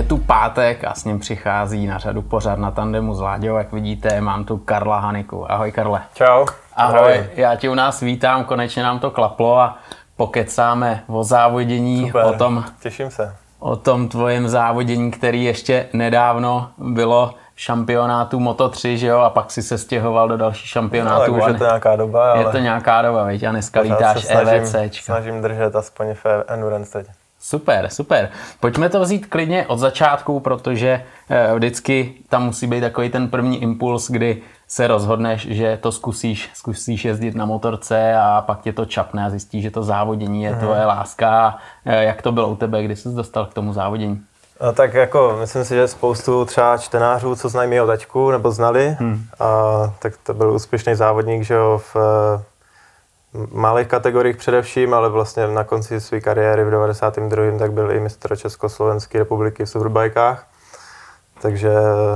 tu pátek a s ním přichází na řadu pořad Na tandemu s Láďou. Jak vidíte, mám tu Karla Hanyku. Ahoj Karle. Čau. Ahoj, já tě u nás vítám, konečně nám to klaplo a pokecáme o závodění. Super, těším se. O tom tvojem závodění, který ještě nedávno bylo v šampionátu Moto3, že jo? A pak si se stěhoval do další šampionátů. No, tak už je to nějaká doba, ale... Je to nějaká doba, viď? A dneska lítáš EVCčka. Snažím držet aspoň v Endurance teď. Super, super. Pojďme to vzít klidně od začátku, protože vždycky tam musí být takový ten první impuls, kdy se rozhodneš, že to zkusíš jezdit na motorce a pak tě to čapne a zjistíš, že to závodění je tvoje láska. Jak to bylo u tebe, kdy jsi dostal k tomu závodění? No, tak jako myslím si, že spoustu třeba čtenářů, co znají mýho taťku nebo znali, a tak to byl úspěšný závodník, že jo, v malých kategoriích především, ale vlastně na konci své kariéry v 92. tak byl i mistr Československé republiky v superbajkách. Takže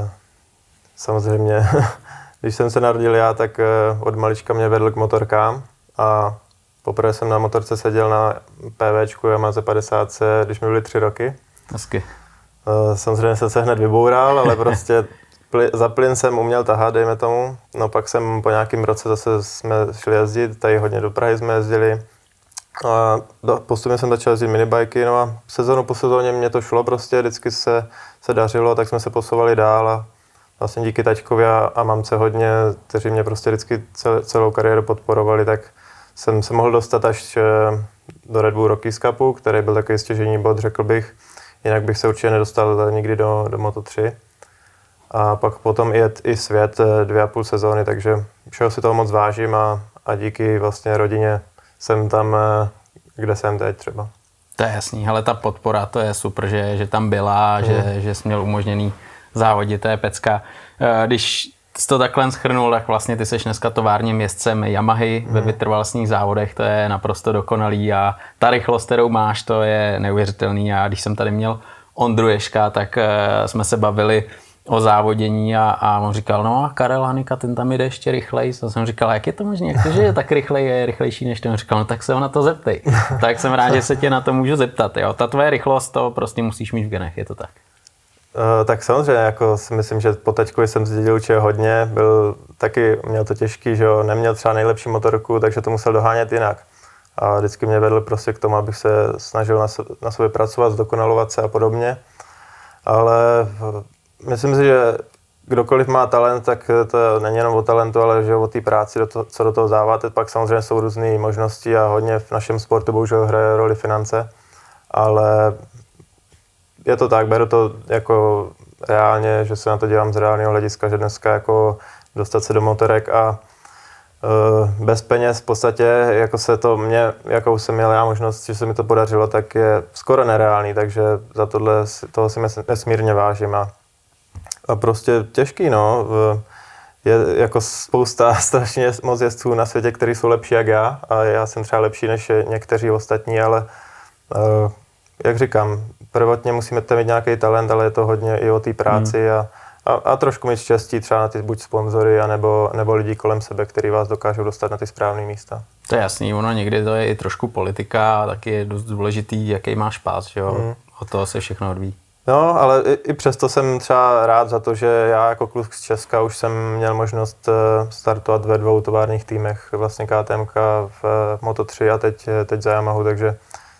samozřejmě, když jsem se narodil já, tak od malička mě vedl k motorkám a poprvé jsem na motorce seděl na PVčku Yamaze 50, když mi byly 3 roky. Hezky. Samozřejmě jsem se hned vyboural, ale prostě za plyn jsem uměl tahat, dejme tomu. No pak jsem po nějakém roce zase jsme šli jezdit, tady hodně do Prahy jsme jezdili. A postupně jsem začal jezdit minibajky, no a sezónu po sezóně mě to šlo prostě, vždycky se dařilo, tak jsme se posouvali dál a vlastně díky taťkovi a mamce hodně, kteří mě prostě vždycky celou kariéru podporovali, tak jsem se mohl dostat až do Red Bull Rockies Cupu, který byl takový stěžejní bod, řekl bych. Jinak bych se určitě nedostal nikdy do Moto3. A pak potom i svět 2,5 sezóny, takže všeho si toho moc vážím a díky vlastně rodině jsem tam, kde jsem teď třeba. To je jasný, ale ta podpora, to je super, že tam byla, že jsi měl umožněný závodit, to je pecka. Když jsi to takhle shrnul, tak vlastně ty seš dneska továrním jezdcem Yamahy ve vytrvalostních závodech, to je naprosto dokonalý a ta rychlost, kterou máš, to je neuvěřitelný. A když jsem tady měl Ondru Ježka, tak jsme se bavili o závodění a on říkal, no a Karel Hanyka, ten tam jde ještě rychleji. A jsem říkal, jak je to možné, jak to, že je tak je rychlejší než ten? On říkal, no tak se ho na to zeptej. Tak jsem rád, že se tě na to můžu zeptat. Jo. Ta tvoje rychlost, to prostě musíš mít v genech, je to tak? Tak samozřejmě, jako si myslím, že po taťkovi jsem zdědil určitě hodně. Měl to těžký, že jo, neměl třeba nejlepší motorku, takže to musel dohánět jinak. A vždycky mě vedl prostě k tomu, abych se snažil na sobě pracovat, zdokonalovat se a podobně. Ale myslím si, že kdokoliv má talent, tak to není jenom o talentu, ale že o té práci, co do toho záváte. Pak samozřejmě jsou různé možnosti a hodně v našem sportu bohužel hraje roli finance. Ale je to tak, beru to jako reálně, že se na to dívám z reálného hlediska, že dneska jako dostat se do motorek a bez peněz v podstatě, jako se to jakou jsem měl já možnost, že se mi to podařilo, tak je skoro nereálný, takže za toho si nesmírně vážím a prostě těžký, no. Je jako spousta strašně moc jezdců na světě, kteří jsou lepší jak já a já jsem třeba lepší než někteří ostatní, ale jak říkám, prvotně musíme mít nějaký talent, ale je to hodně i o té práci a trošku mít štěstí třeba na ty buď sponzory, nebo lidi kolem sebe, kteří vás dokážou dostat na ty správné místa. To je jasný, ono někdy to je i trošku politika a taky je dost důležitý, jaký máš pás, že jo? Od toho se všechno odvíjí. No, ale i přesto jsem třeba rád za to, že já jako kluk z Česka už jsem měl možnost startovat ve 2 továrních týmech, vlastně KTMK v Moto3 a teď za Yamahu, takže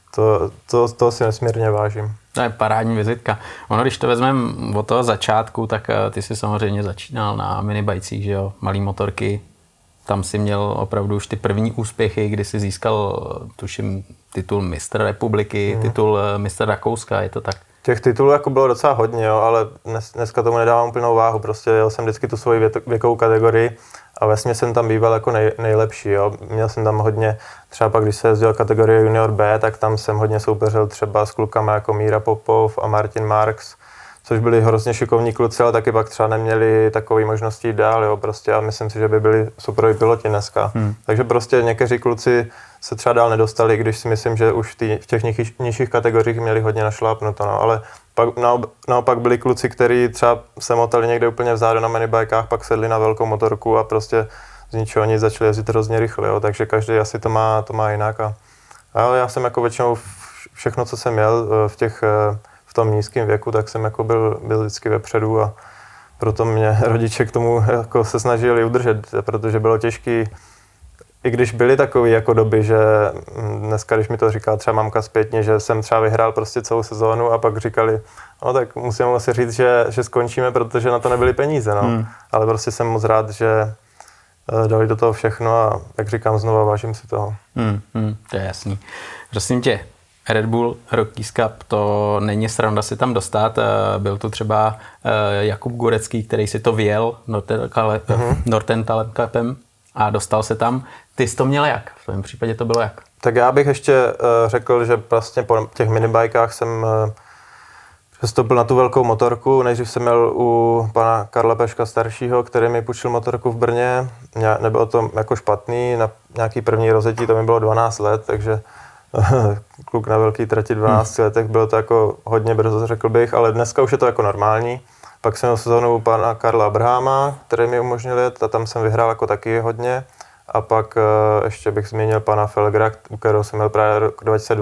to si nesmírně vážím. To je parádní vizitka. Ono, když to vezmeme od toho začátku, tak ty si samozřejmě začínal na minibajcích, že jo, malý motorky. Tam si měl opravdu už ty první úspěchy, kdy si získal, tuším, titul mistr republiky, titul mistr Rakouska, je to tak? Těch titulů jako bylo docela hodně, jo, ale dneska tomu nedávám úplnou váhu. Prostě jel jsem vždycky tu svoji věkovou kategorii a vlastně jsem tam býval jako nejlepší. Jo. Měl jsem tam hodně, třeba pak když se jezdil kategorie Junior B, tak tam jsem hodně soupeřil třeba s klukama jako Míra Popov a Martin Marx, což byli hrozně šikovní kluci, ale taky pak třeba neměli takové možnosti jít dál, jo, prostě a myslím si, že by byli superoví piloti dneska. Takže prostě někteří kluci se třeba dál nedostali, když si myslím, že už v těch nižších kategoriích měli hodně našlápnuto, no, ale pak naopak byli kluci, kteří třeba se motali někde úplně vzadu na minibajkách, pak sedli na velkou motorku a prostě z ničeho nic začali jezdit hrozně rychle, jo, takže každý asi to má jinak. Ale já jsem jako většinou všechno, co jsem měl v tom nízkém věku, tak jsem jako byl vždycky vepředu a proto mě rodiče k tomu jako se snažili udržet, protože bylo těžký, i když byly takové jako doby, že dneska, když mi to říká třeba mamka zpětně, že jsem třeba vyhrál prostě celou sezónu a pak říkali, no tak musím asi říct, že skončíme, protože na to nebyly peníze, no. Ale prostě jsem moc rád, že dali do toho všechno a jak říkám znova, vážím si toho. To je jasný. Prosím tě, Red Bull Rockies Cup, to není sranda si tam dostat. Byl tu třeba Jakub Gurecký, který si to vyjel Northern Talent Cupem a dostal se tam. Ty jsi to měl jak? V tom případě to bylo jak? Tak já bych ještě řekl, že vlastně po těch minibajkách jsem přestoupil na tu velkou motorku. Nejdřív jsem měl u pana Karla Peška staršího, který mi půjčil motorku v Brně. Nebylo to jako špatný, na nějaký první rozjetí to mi bylo 12 let, takže kluk na velký trati 12 letech, bylo to jako hodně brzo, řekl bych, ale dneska už je to jako normální. Pak jsem měl sezónu u pana Karla Abrahama, který mi umožnil jet a tam jsem vyhrál jako taky hodně. A pak ještě bych zmínil pana Felgra, u kterého jsem měl právě rok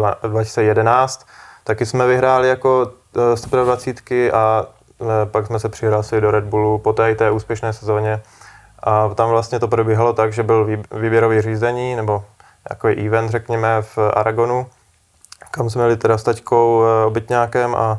2011. Taky jsme vyhráli jako 120 a pak jsme se přihlásili do Red Bullu po té úspěšné sezóně. A tam vlastně to probíhalo tak, že byl výběrový řízení, nebo jako event, řekněme, v Aragonu, kam jsme jeli teda s taťkou obytňákem a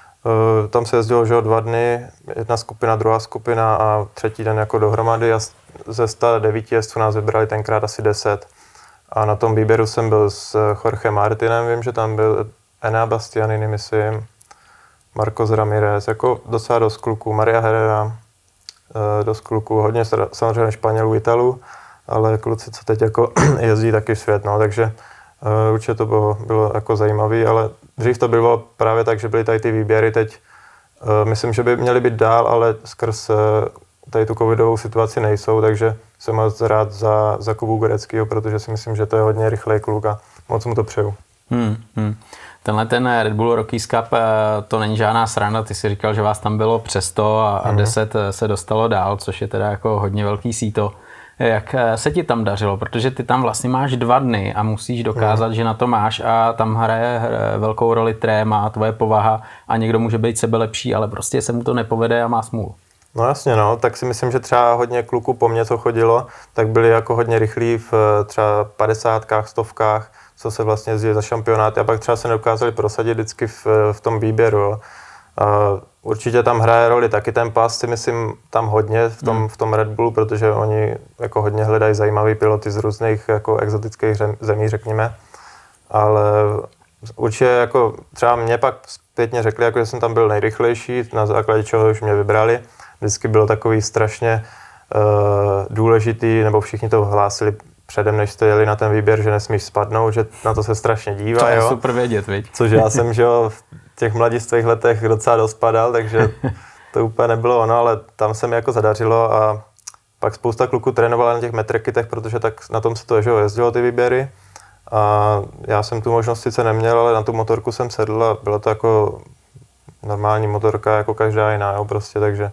tam se jezdilo, že 2 dny, jedna skupina, druhá skupina a třetí den jako dohromady a ze 109 jezdců nás vybrali tenkrát asi 10. A na tom výběru jsem byl s Jorge Martinem, vím, že tam byl Enea Bastianini, myslím, Marcos Ramirez, jako docela dost kluků, Maria Herrera, dost kluků, hodně samozřejmě Španělů, Italů, ale kluci, co teď jako jezdí taky svět, no, takže určitě to bylo jako zajímavý, ale dřív to bylo právě tak, že byly tady ty výběry, teď myslím, že by měly být dál, ale skrz tady tu covidovou situaci nejsou, takže jsem moc rád za Kubu Gureckýho, protože si myslím, že to je hodně rychlej kluk a moc mu to přeju. Tenhle ten Red Bull Rockies Cup, to není žádná sranda, ty si říkal, že vás tam bylo přes 100 a 10 se dostalo dál, což je teda jako hodně velký síto. Jak se ti tam dařilo? Protože ty tam vlastně máš 2 dny a musíš dokázat, že na to máš a tam hraje velkou roli tréma, tvoje povaha a někdo může být sebelepší, ale prostě se mu to nepovede a má smůlu. No jasně, no, tak si myslím, že třeba hodně kluků po mně, co chodilo, tak byli jako hodně rychlí v třeba 50kách, 100kách, co se vlastně jezdili za šampionáty a pak třeba se nedokázali prosadit vždycky v tom výběru. Jo. Určitě tam hraje roli taky ten pas, si myslím, tam hodně v tom Red Bullu, protože oni jako hodně hledají zajímavý piloty z různých jako exotických zemí, řekněme. Ale určitě jako třeba mě pak zpětně řekli, jako, že jsem tam byl nejrychlejší, na základě čeho už mě vybrali. Vždycky bylo takový strašně důležitý, nebo všichni to hlásili předem, než jste jeli na ten výběr, že nesmíš spadnout, že na to se strašně dívá. To je super vědět, viď? Což já jsem, že jo, v těch mladistvých letech docela dospadal, takže to úplně nebylo ono, ale tam se mi jako zadařilo a pak spousta kluků trénovala na těch metrekitech, protože tak na tom se to jezdilo ty výběry. A já jsem tu možnost sice neměl, ale na tu motorku jsem sedl a bylo to jako normální motorka, jako každá jiná, jo, prostě, takže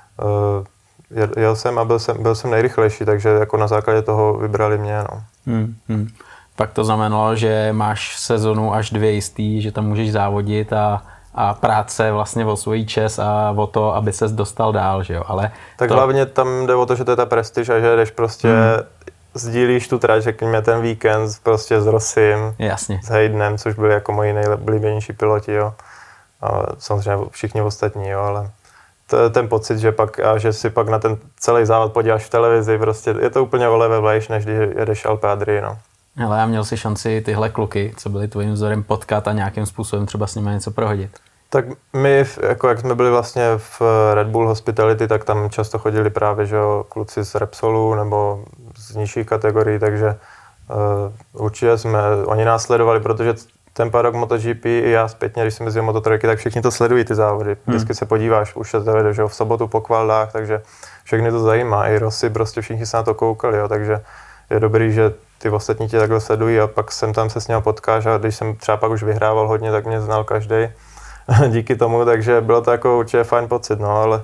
jel jsem a byl jsem nejrychlejší, takže jako na základě toho vybrali mě, no. Pak to znamenalo, že máš sezonu až 2 jistý, že tam můžeš závodit a práce vlastně o svůj čes a o to, aby ses dostal dál, že jo, ale... Tak hlavně tam jde o to, že to je ta prestiž a že jdeš prostě, sdílíš tu trať, řekněme ten víkend prostě s Rossim, jasně, s Haydenem, což byli jako moji nejblíbenější piloti, jo. A samozřejmě všichni ostatní, jo, ale to je ten pocit, že si pak na ten celý závod podíváš v televizi, prostě je to úplně o level vejš, než když jedeš Alpe Adrii, no. Hele, já měl si šanci tyhle kluky, co byli tvojím vzorem, potkat a nějakým způsobem třeba s nimi něco prohodit. Tak my, jako jak jsme byli vlastně v Red Bull Hospitality, tak tam často chodili právě, že jo, kluci z Repsolu nebo z nižších kategorií, takže určitě oni nás sledovali, protože ten pár rok MotoGP i já zpětně, když jsem jezdil mototrojky, tak všichni to sledují ty závody. Vždycky se podíváš, už se to vede, že jo, v sobotu po kvaldách, takže všechny to zajímá. I Rossi, prostě všichni se na to koukali, jo, takže je dobrý, že ty ostatní tě takhle sledují a pak jsem tam se s ním potkáš a když jsem třeba pak už vyhrával hodně, tak mě znal každej díky tomu, takže bylo to jako určitě fajn pocit, no, ale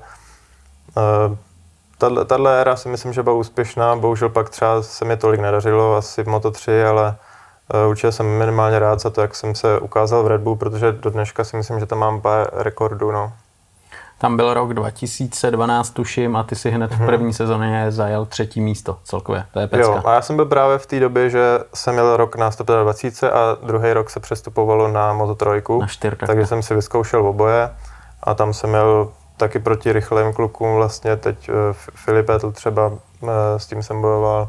tahle éra si myslím, že byla úspěšná, bohužel pak třeba se mi tolik nedařilo, asi v Moto3, ale Určitě jsem minimálně rád za to, jak jsem se ukázal v Red Bull, protože do dneška si myslím, že tam mám pár rekordů. No. Tam byl rok 2012, tuším, a ty si hned v první sezóně zajel 3. místo celkově. To je pecka. Jo, a já jsem byl právě v té době, že jsem měl rok na 120 a druhý rok se přestupovalo na Moto3. Na 4. Takže jsem si vyzkoušel oboje a tam jsem měl taky proti rychlým klukům, vlastně teď Filip Etl třeba, s tím jsem bojoval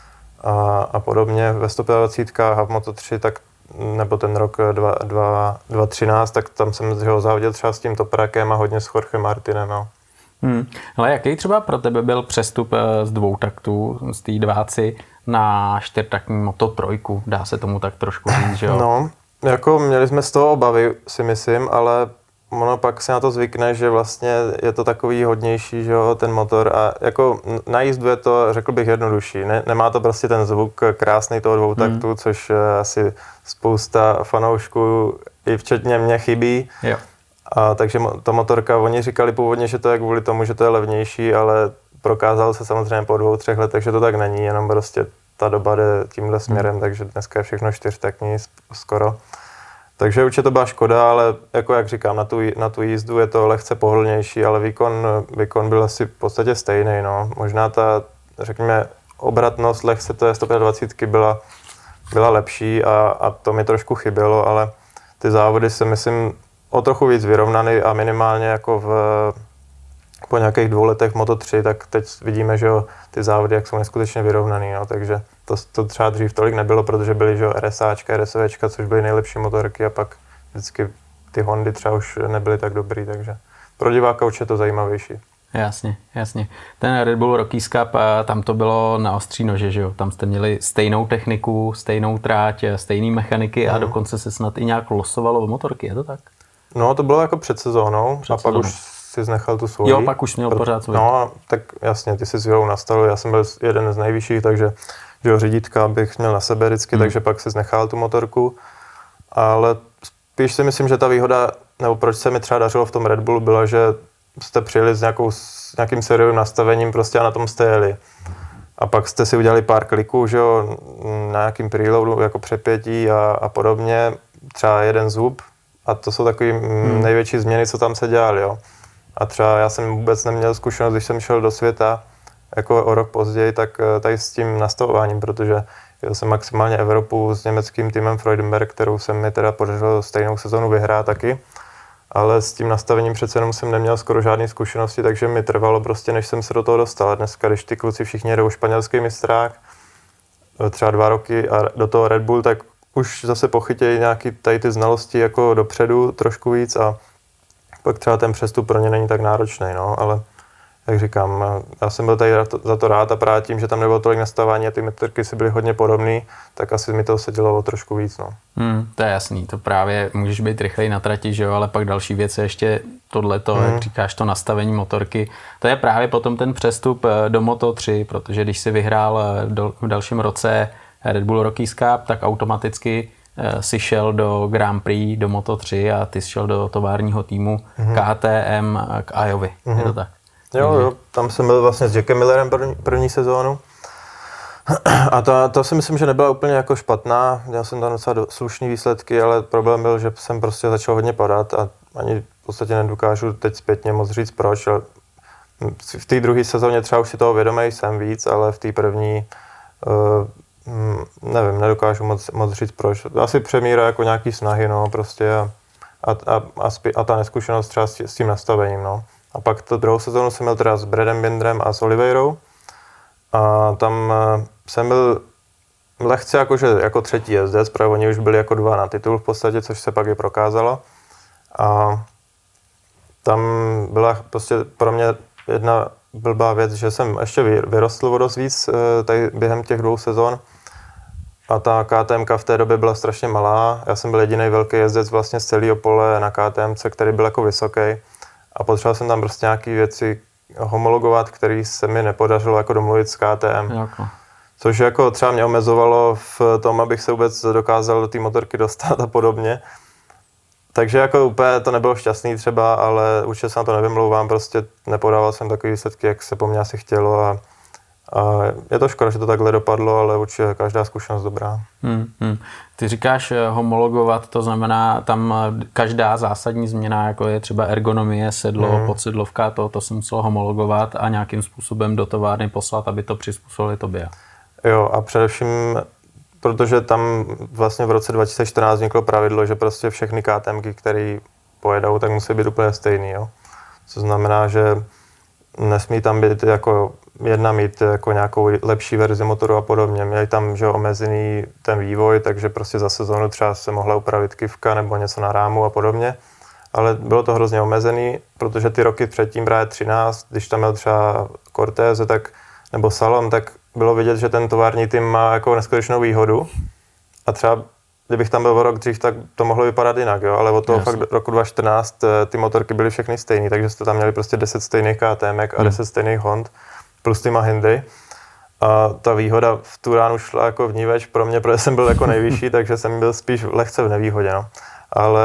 a podobně ve 125 a v Moto3, tak nebo ten rok 2013, tak tam jsem ho závodil třeba s tím Toprakem a hodně s Jorge Martinem. No. Ale jaký třeba pro tebe byl přestup z 2 taktů, z té dváci na 4taktní Moto3? Dá se tomu tak trošku říct, že jo? No, jako měli jsme z toho obavy, si myslím, ale ono pak se na to zvykne, že vlastně je to takový hodnější, že jo, ten motor a jako na jízdu je to, řekl bych, jednodušší. Nemá to prostě ten zvuk krásný toho 2 taktů, což asi spousta fanoušků, i včetně mě, chybí. Jo. A takže ta motorka, oni říkali původně, že to je kvůli tomu, že to je levnější, ale prokázalo se samozřejmě po 2-3 letech, že to tak není, jenom prostě ta doba jde tímhle směrem, takže dneska je všechno 4taktní skoro. Takže určitě to byla škoda, ale jako jak říkám, na tu jízdu je to lehce pohodlnější, ale výkon byl asi v podstatě stejný. No. Možná ta, řekněme, obratnost lehce té 125 byla lepší a to mi trošku chybělo, ale ty závody se myslím o trochu víc vyrovnaný a minimálně jako po nějakých 2 letech Moto3, tak teď vidíme, že jo, ty závody jak jsou neskutečně vyrovnaný, no, takže to třeba dřív tolik nebylo, protože byly, že jo, RSAčka, RSVčka, což byly nejlepší motorky a pak vždycky ty Hondy třeba už nebyly tak dobrý, takže pro diváka určitě to zajímavější. Jasně. Ten Red Bull Rockies Cup, tam to bylo na ostří nože, že jo? Tam jste měli stejnou techniku, stejnou tráť, stejný mechaniky a dokonce se snad i nějak losovalo v motorky, je to tak? No, to bylo jako před sezónou a pak už si znechal tu svoji. Jo, pak už měl pořád svůj. No, tak jasně, ty jsi ho nastavil, já jsem byl jeden z nejvyšších, takže že jo, řídítka bych měl na sebe vždycky, takže pak si znechal tu motorku, ale spíš si myslím, že ta výhoda, nebo proč se mi třeba dařilo v tom Red Bullu, byla, že jste přijeli s nějakým sériovým nastavením prostě a na tom jste jeli. A pak jste si udělali pár kliků, že jo, na nějakým preloadu, jako přepětí a podobně, třeba jeden zub a to jsou takové největší změny, co tam se dělaly, jo. A třeba já jsem vůbec neměl zkušenost, když jsem šel do světa, jako o rok později, tak tady s tím nastavováním, protože jel jsem maximálně Evropu s německým týmem Freudenberg, kterou se mi teda podařilo stejnou sezonu vyhrát taky, ale s tím nastavením přece jenom jsem neměl skoro žádné zkušenosti, takže mi trvalo prostě, než jsem se do toho dostal. A dneska, když ty kluci všichni jedou španělský mistrák, třeba 2 roky a do toho Red Bull, tak už zase pochytějí nějaký tady ty znalosti jako dopředu trošku víc a pak třeba ten přestup pro ně není tak náročný, no, ale jak říkám, já jsem byl tady za to rád a právě tím, že tam nebylo tolik nastavání a ty motorky si byly hodně podobné, tak asi mi to sedělo trošku víc, no. To je jasný, to právě můžeš být rychlej na trati, že jo, ale pak další věc je ještě tohleto, jak říkáš, to nastavení motorky. To je právě potom ten přestup do Moto3, protože když si vyhrál v dalším roce Red Bull Rockies Cup, tak automaticky si šel do Grand Prix, do Moto3 a ty jsi šel do továrního týmu KTM k Ajovi. Je to tak? Jo, tam jsem byl vlastně s Jackem Millerem první sezónu. A to si myslím, že nebyla úplně jako špatná. Měl jsem tam docela slušný výsledky, ale problém byl, že jsem prostě začal hodně padat a ani v podstatě nedokážu teď zpětně moc říct proč. V té druhé sezóně třeba už si toho vědomý jsem víc, ale v té první nevím, nedokážu moc říct proč. Asi přemíra jako nějaký snahy, no, prostě a ta neskušenost třeba s tím nastavením, no. A pak tu druhou sezónu jsem měl teda s Bradem Binderem a s Oliveirou a tam jsem byl lehce jako třetí jezdec, protože oni už byli jako 2 na titul v podstatě, což se pak i prokázalo. A tam byla prostě pro mě jedna blbá věc, že jsem ještě vyrostl o dost víc tady během těch 2 sezon. A ta KTMka v té době byla strašně malá. Já jsem byl jediný velký jezdec vlastně z celého pole na KTMce, který byl jako vysoký. A potřeboval jsem tam prostě nějaké věci homologovat, které se mi nepodařilo jako domluvit s KTM. Jako. Což jako třeba mě omezovalo v tom, abych se vůbec dokázal do té motorky dostat a podobně. Takže jako úplně to nebylo šťastný třeba, ale určitě se na to nevymlouvám, prostě nepodával jsem takový výsledky, jak se po mně asi chtělo A je to škoda, že to takhle dopadlo, ale určitě každá zkušenost dobrá. Ty říkáš homologovat, to znamená tam každá zásadní změna, jako je třeba ergonomie, sedlo, podsedlovka, to se muselo homologovat a nějakým způsobem do továrny poslat, aby to přizpůsobili tobě. Jo, a především, protože tam vlastně v roce 2014 vzniklo pravidlo, že prostě všechny KTMky, které pojedou, tak musí být úplně stejný. Jo? Co znamená, že nesmí tam být jako jedna mít jako nějakou lepší verzi motoru a podobně. Měli tam že omezený ten vývoj, takže prostě za sezónu třeba se mohla upravit kivka nebo něco na rámu a podobně. Ale bylo to hrozně omezený, protože ty roky předtím právě 13, když tam měl třeba Corteze nebo Salom, tak bylo vidět, že ten tovární tým má jako neskutečnou výhodu. A třeba kdybych tam byl o rok dřív, tak to mohlo vypadat jinak, jo? Ale od toho fakt roku 2014 ty motorky byly všechny stejné, takže jste tam měli prostě 10 stejných KTMek a 10 stejných Hond plus ty Mahindry. A ta výhoda v Turánu šla jako vníveč pro mě, protože jsem byl jako nejvyšší, takže jsem byl spíš lehce v nevýhodě. No. Ale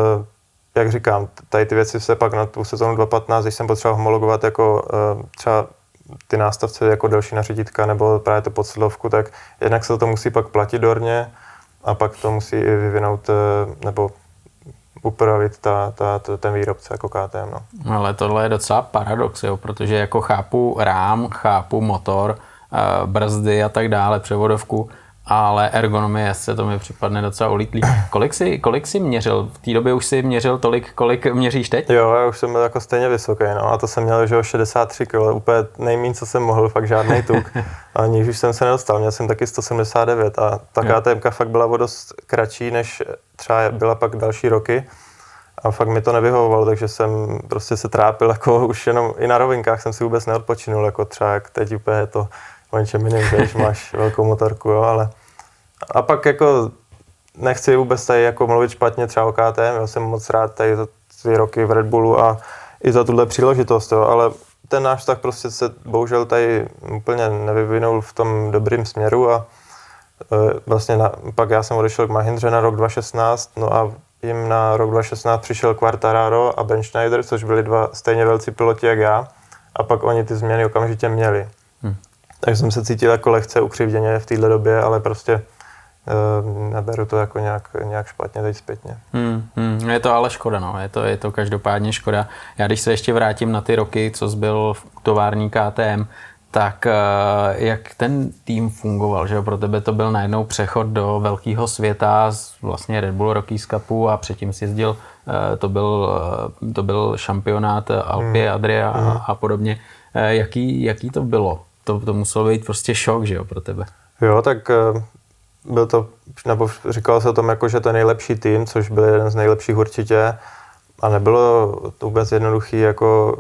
jak říkám, tady ty věci se pak na tu sezónu 2015, když jsem potřeboval homologovat jako třeba ty nástavce jako delší na řidítka nebo právě tu podsedlovku, tak jednak se to musí pak platit dorně a pak to musí i vyvinout nebo upravit ten výrobce jako KTM. No. Ale tohle je docela paradox, jo, protože jako chápu rám, chápu motor, brzdy a tak dále, převodovku, ale ergonomie se to mi připadne docela ulítlý. Kolik jsi měřil? V té době už jsi měřil tolik, kolik měříš teď? Jo, já už jsem byl jako stejně vysoký, no, a to jsem měl, že 63 kg, úplně nejméně, co jsem mohl, fakt žádnej tuk. A níž už jsem se nedostal, měl jsem taky 179 a ta KTMka fakt byla o dost kratší, než třeba byla pak další roky. A fakt mi to nevyhovovalo, takže jsem prostě se trápil, jako už jenom i na rovinkách jsem si vůbec neodpočinul, jako třeba jak teď úplně je to o něčem jiném, když máš velkou motorku, jo, ale a pak jako nechci vůbec tady jako mluvit špatně třeba o KTM, já jsem moc rád tady za ty roky v Red Bullu a i za tuhle příležitost, jo, ale ten náš vztah prostě se bohužel tady úplně nevyvinul v tom dobrým směru a vlastně pak já jsem odešel k Mahindře na rok 2016, no a jim na rok 2016 přišel Quartararo a Ben Schneider, což byli dva stejně velcí piloti jak já a pak oni ty změny okamžitě měli. Takže jsem se cítil jako lehce ukřivděně v této době, ale prostě neberu to jako nějak špatně teď zpětně. Je to ale škoda, no. Je to každopádně škoda. Já když se ještě vrátím na ty roky, co jsi byl v tovární KTM, tak jak ten tým fungoval, že pro tebe to byl najednou přechod do velkého světa z vlastně Red Bull Rockies Cupu a předtím si jezdil, to byl šampionát Alpy Adria a podobně. Jaký to bylo? To muselo být prostě šok, že jo, pro tebe? Jo, tak byl to, nebo říkalo se o tom, jako, že to je nejlepší tým, což byl jeden z nejlepších určitě a nebylo to vůbec jednoduchý jako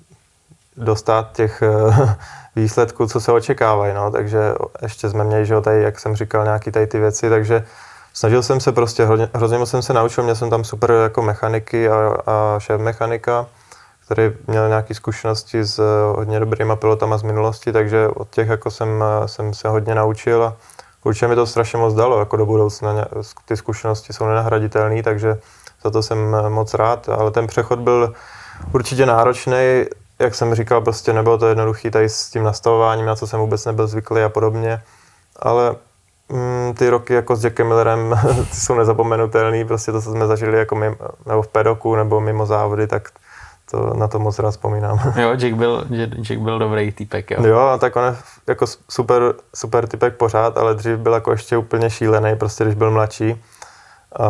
dostat těch výsledků, co se očekávají, no, takže ještě jsme měli, že jo, tady, jak jsem říkal, nějaký tady ty věci, takže snažil jsem se prostě, hrozně moc jsem se naučil, měl jsem tam super jako mechaniky a šéf mechanika, který měl nějaké zkušenosti s hodně dobrýma pilotama z minulosti, takže od těch jako jsem se hodně naučil a určitě mi to strašně moc dalo jako do budoucna. Ty zkušenosti jsou nenahraditelné, takže za to jsem moc rád, ale ten přechod byl určitě náročný, jak jsem říkal, prostě nebylo to jednoduché tady s tím nastavováním, na co jsem vůbec nebyl zvyklý a podobně, ale ty roky jako s Jackem Millerem ty jsou nezapomenutelný, prostě to, co jsme zažili jako nebo v pedoku nebo mimo závody, tak na to moc rád vzpomínám. Jo, Jack byl dobrý týpek, jo. Jo, tak on je jako super týpek pořád, ale dřív byl jako ještě úplně šílený, prostě když byl mladší. A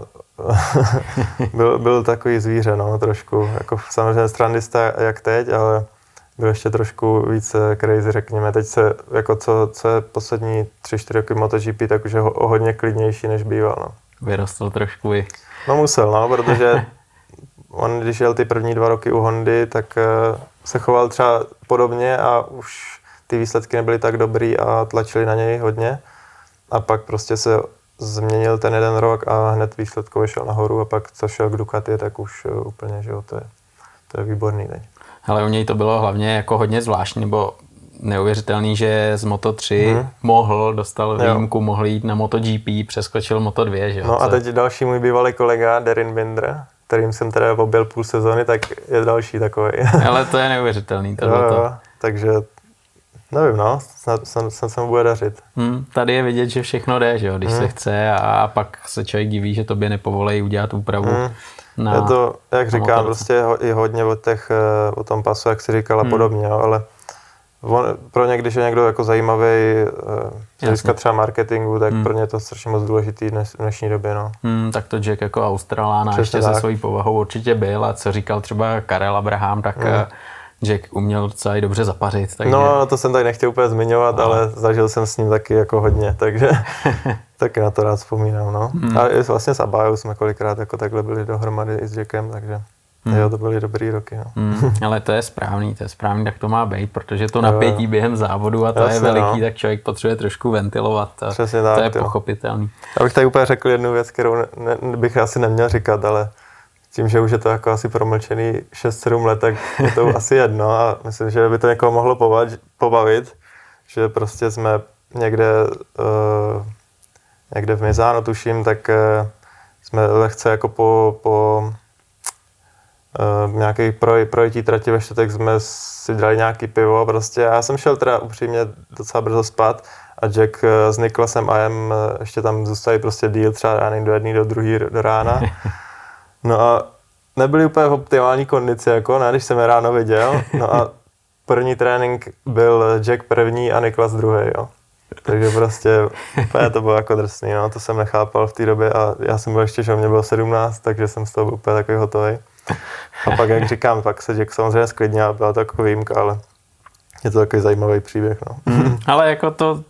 byl takový zvíře, no, trošku, jako samozřejmě strandista jak teď, ale byl ještě trošku víc crazy, řekněme. Teď se, jako co je poslední 3-4 roky MotoGP, tak už je hodně klidnější, než býval, no. Vyrostl trošku i. No musel, no, protože on, když jel ty první 2 roky u Hondy, tak se choval třeba podobně a už ty výsledky nebyly tak dobrý a tlačili na něj hodně. A pak prostě se změnil ten jeden rok a hned výsledkově šel nahoru a pak co šel k Ducati, tak už úplně, že jo, to je výborný teď. Ale u něj to bylo hlavně jako hodně zvláštní, nebo neuvěřitelný, že z Moto3 dostal výjimku, mohl jít na MotoGP, přeskočil Moto2, že jo. No a teď další můj bývalý kolega, Darren Binder, kterým jsem teda objel půl sezóny, tak je další takový. Ale to je neuvěřitelný. Jo, takže Nevím, no, snad se mu bude dařit. Tady je vidět, že všechno jde, že jo, když se chce a pak se člověk diví, že tobě nepovolejí udělat úpravu. Je to, jak říkám, prostě i hodně o tom pasu, jak jsi říkal a podobně, jo, ale pro ně, když je někdo jako zajímavý z hlediska třeba marketingu, tak pro ně je to strašně moc důležitý v dnešní době. No. Tak to Jack jako Australán ještě se svojí povahou určitě byl a co říkal třeba Karel Abraham, tak Jack uměl docela i dobře zapařit. Takže... No, to jsem tady nechtěl úplně zmiňovat, ale zažil jsem s ním taky jako hodně, takže taky na to rád vzpomínám. No. A i vlastně s Abajou jsme kolikrát jako takhle byli dohromady i s Jackem, takže jo, to byly dobrý roky. No. Ale to je správný, tak to má být, protože to napětí během závodu a to je veliký, tak člověk potřebuje trošku ventilovat. A přesně to tak, je pochopitelný. Abych tady úplně řekl jednu věc, kterou bych asi neměl říkat, ale tím, že už je to jako asi promlčený 6-7 let, tak je to asi jedno a myslím, že by to někoho mohlo pobavit, že prostě jsme někde v Mizánu, tuším, tak jsme lehce jako po nějaké projití trati ve čtvrtek jsme si dali nějaký pivo prostě. Já jsem šel teda upřímně docela brzo spát a Jack s Niklasem Ajem ještě tam zůstali prostě díl, třeba do 1 do 2 do rána. No a nebyli úplně v optimální kondici, jako, ne, když jsem je ráno viděl. No a první trénink byl Jack první a Niklas druhý, jo. Takže prostě úplně to bylo jako drsný, no, to jsem nechápal v té době a já jsem byl ještě, že mě bylo 17, takže jsem z toho byl úplně takový hotový. A pak, jak říkám, pak se Jack samozřejmě sklidnil, byla to jako výjimka, ale je to takový zajímavý příběh, no. Ale jako to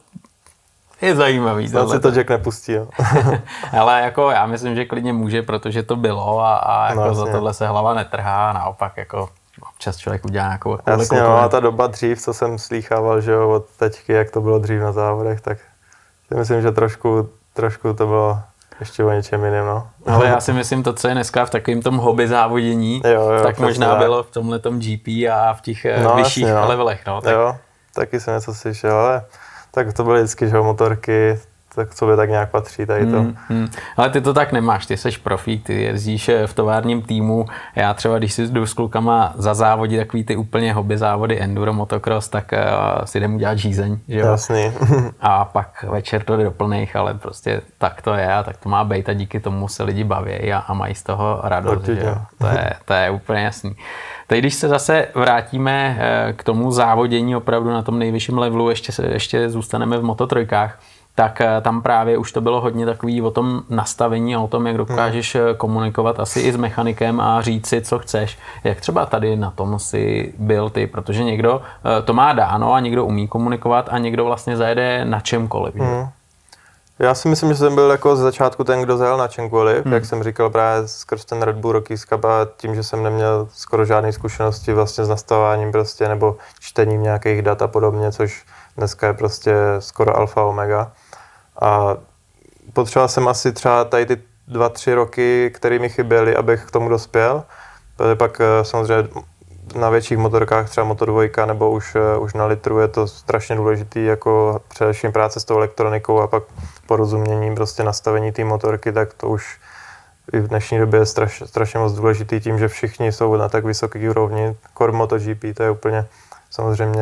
je zajímavý. Snad si to Jack nepustí, jo. Ale jako já myslím, že klidně může, protože to bylo a jako no, za tohle se hlava netrhá, naopak jako občas člověk udělá nějakou jasně, no, a ta doba dřív, co jsem slýchával, že jo, od teďky, jak to bylo dřív na závodech, tak si myslím, že trošku to bylo ještě o něčem jiném, no. Ale já si myslím, to, co je dneska v takovém tom hobby závodění, jo, tak možná bylo v tomhletom GP a v těch vyšších levelech, no. Tak... Jo, taky jsem něco slyšel, ale tak to byly vždycky, že jo, motorky, tak sobě tak nějak patří tady to. Ale ty to tak nemáš, ty seš profík, ty jezdíš v továrním týmu. Já třeba, když si jdu s klukama za závodí, takový ty úplně hobby závody, enduro, motocross, tak si jdem udělat žízeň, že jo? Jasný. A pak večer to jde do plných, ale prostě tak to je a tak to má být a díky tomu se lidi baví a mají z toho radost, že jo? To je úplně jasný. Teď, když se zase vrátíme k tomu závodění opravdu na tom nejvyšším levelu, ještě zůstaneme v Moto3, tak tam právě už to bylo hodně takový o tom nastavení a o tom, jak dokážeš komunikovat asi i s mechanikem a říct si, co chceš. Jak třeba tady na tom si byl ty, protože někdo to má dáno a někdo umí komunikovat a někdo vlastně zajede na čemkoliv. Já si myslím, že jsem byl jako z začátku ten, kdo zajel na čemkoliv, jak jsem říkal právě skrz ten Red Bull Rookies Cup a tím, že jsem neměl skoro žádné zkušenosti vlastně s nastavováním prostě nebo čtením nějakých dat a podobně, což dneska je prostě skoro alfa omega. A potřeboval jsem asi třeba tady ty 2-3 roky, které mi chyběly, abych k tomu dospěl. Protože pak samozřejmě na větších motorkách, třeba Moto2 nebo už na litru je to strašně důležitý, jako především práce s tou elektronikou a pak porozumění prostě nastavení té motorky, tak to už i v dnešní době je strašně moc důležitý tím, že všichni jsou na tak vysoké úrovni. Core MotoGP, to je úplně samozřejmě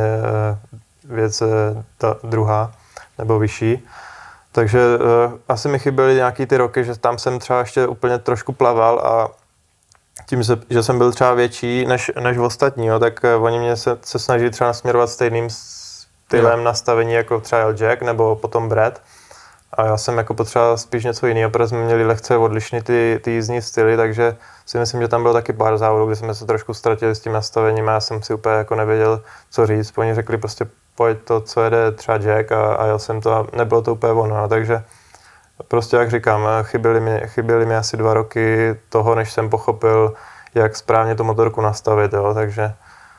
věc ta druhá nebo vyšší. Takže asi mi chyběly nějaký ty roky, že tam jsem třeba ještě úplně trošku plaval a tím, že jsem byl třeba větší než ostatní, jo, tak oni mě se snaží třeba nasměrovat stejným stylem nastavení jako třeba Jack nebo potom Brad. A já jsem jako potřeboval spíš něco jiného, protože jsme měli lehce odlišný ty jízdní styly, takže si myslím, že tam bylo taky pár závodů, kde jsme se trošku ztratili s tím nastavením a já jsem si úplně jako nevěděl, co říct. Oni řekli prostě pojď to, co jede třeba Jack a jel jsem to a nebylo to úplně ono. Takže prostě jak říkám, chyběly mi asi 2 roky toho, než jsem pochopil, jak správně tu motorku nastavit. Jo. Takže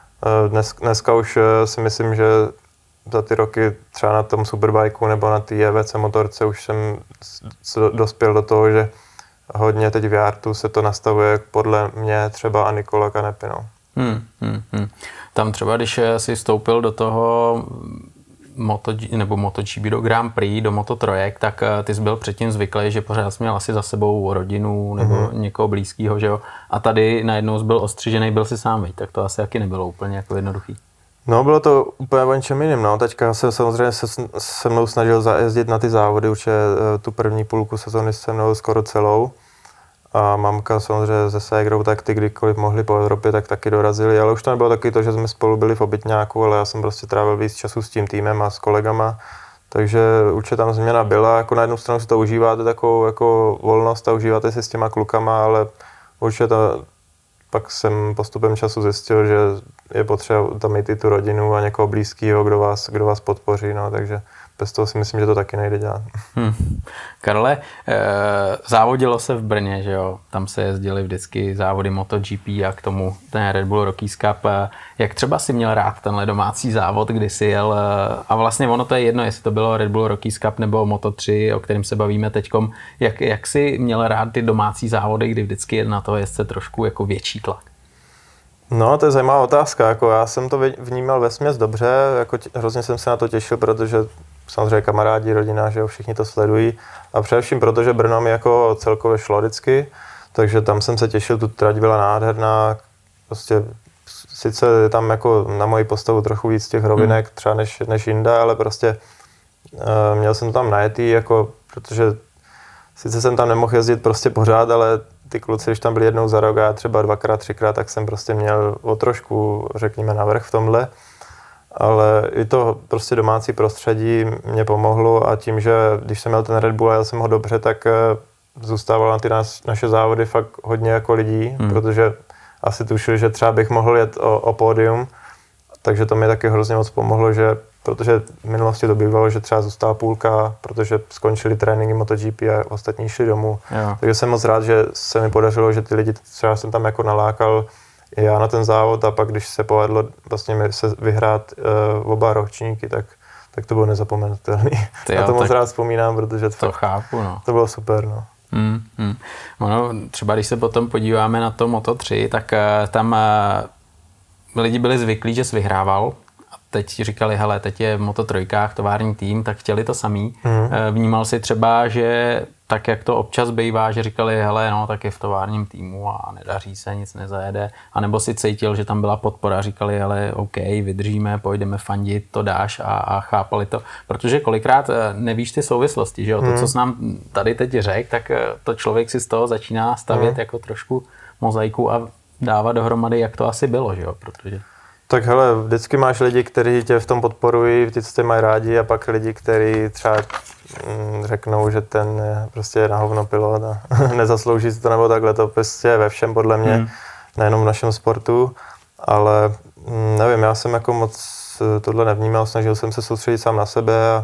dneska už si myslím, že za ty roky třeba na tom Superbikeu nebo na té JVC motorce už jsem dospěl do toho, že hodně teď v Jartu se to nastavuje podle mě třeba a Nikola Kanepy. No. Tam třeba, když jsi vstoupil do toho MotoGP do Grand Prix, do Moto3, tak ty jsi byl předtím zvyklý, že pořád jsi měl asi za sebou rodinu nebo někoho blízkého, že jo? A tady najednou jsi byl ostřižený, byl si sám, tak to asi taky nebylo úplně jako jednoduchý. No, bylo to úplně o něčem jiným, no. Teďka jsem samozřejmě se mnou snažil zajezdit na ty závody, určitě tu první půlku sezony se mnou skoro celou. A mamka samozřejmě se ségrou, tak ty kdykoliv mohli po Evropě, tak taky dorazili, ale už to nebylo taky to, že jsme spolu byli v obytňáku, ale já jsem prostě trávil víc času s tím týmem a s kolegama, takže určitě tam změna byla, jako na jednu stranu si to užíváte takovou jako volnost a užíváte si s těma klukama, ale určitě pak jsem postupem času zjistil, že je potřeba tam mít i tu rodinu a někoho blízkého, kdo vás podpoří, no, takže bez toho si myslím, že to taky nejde dělat. Karle, závodilo se v Brně, že jo? Tam se jezdily vždycky závody MotoGP a k tomu ten Red Bull Rockies Cup. Jak třeba si měl rád tenhle domácí závod, kdy si jel, a vlastně ono to je jedno, jestli to bylo Red Bull Rockies Cup nebo Moto3, o kterém se bavíme teďkom, jak si měl rád ty domácí závody, kdy vždycky je na toho jezdce trošku jako větší tlak? No, to je zajímavá otázka, jako já jsem to vnímal vesměs dobře, jako hrozně jsem se na to těšil, protože samozřejmě kamarádi, rodina, že jo, všichni to sledují a především protože Brno mi jako celkově šlo vždycky, takže tam jsem se těšil, tu trať byla nádherná, prostě sice je tam jako na moji postavu trochu víc těch rovinek třeba než jinde, ale prostě měl jsem to tam najetý, jako, protože sice jsem tam nemohl jezdit prostě pořád, ale ty kluci, když tam byli jednou za rok a třeba 2x, 3x, tak jsem prostě měl o trošku, řekněme, navrch v tomhle. Ale i to prostě domácí prostředí mě pomohlo a tím, že když jsem měl ten Red Bull a jel jsem ho dobře, tak zůstávalo na ty naše závody fakt hodně jako lidí, protože asi tušili, že třeba bych mohl jet o pódium, takže to mi taky hrozně moc pomohlo, protože v minulosti to bývalo, že třeba zůstala půlka, protože skončili tréninky MotoGP a ostatní šli domů. Jo. Takže jsem moc rád, že se mi podařilo, že ty lidi třeba jsem tam jako nalákal i já na ten závod a pak, když se povedlo vlastně se vyhrát oba ročníky, tak to bylo nezapomenutelné. Já to moc rád vzpomínám, protože to chápu, no. To bylo super, no. Ono, třeba když se potom podíváme na to Moto3, tak tam lidi byli zvyklí, že jsi vyhrával. A teď říkali, hele, teď je v Moto3 tovární tým, tak chtěli to samý. Vnímal si třeba, že tak, jak to občas bývá, že říkali, hele, no, tak je v továrním týmu a nedaří se, nic nezajede. A nebo si cítil, že tam byla podpora, říkali, hele, OK, vydržíme, pojdeme fandit, to dáš a chápali to. Protože kolikrát nevíš ty souvislosti, že jo? To, co jsi nám tady teď řekl, tak to člověk si z toho začíná stavět jako trošku mozaiku a dávat dohromady, jak to asi bylo, že jo? Protože... Tak hele, vždycky máš lidi, kteří tě v tom podporují, ty, co tě mají rádi, a pak lidi, kteří třeba řeknou, že ten je prostě na hovno pilot a nezaslouží si to nebo takhle, to prostě ve všem podle mě, nejenom v našem sportu, ale nevím, já jsem jako moc tohle nevnímal, snažil jsem se soustředit sám na sebe a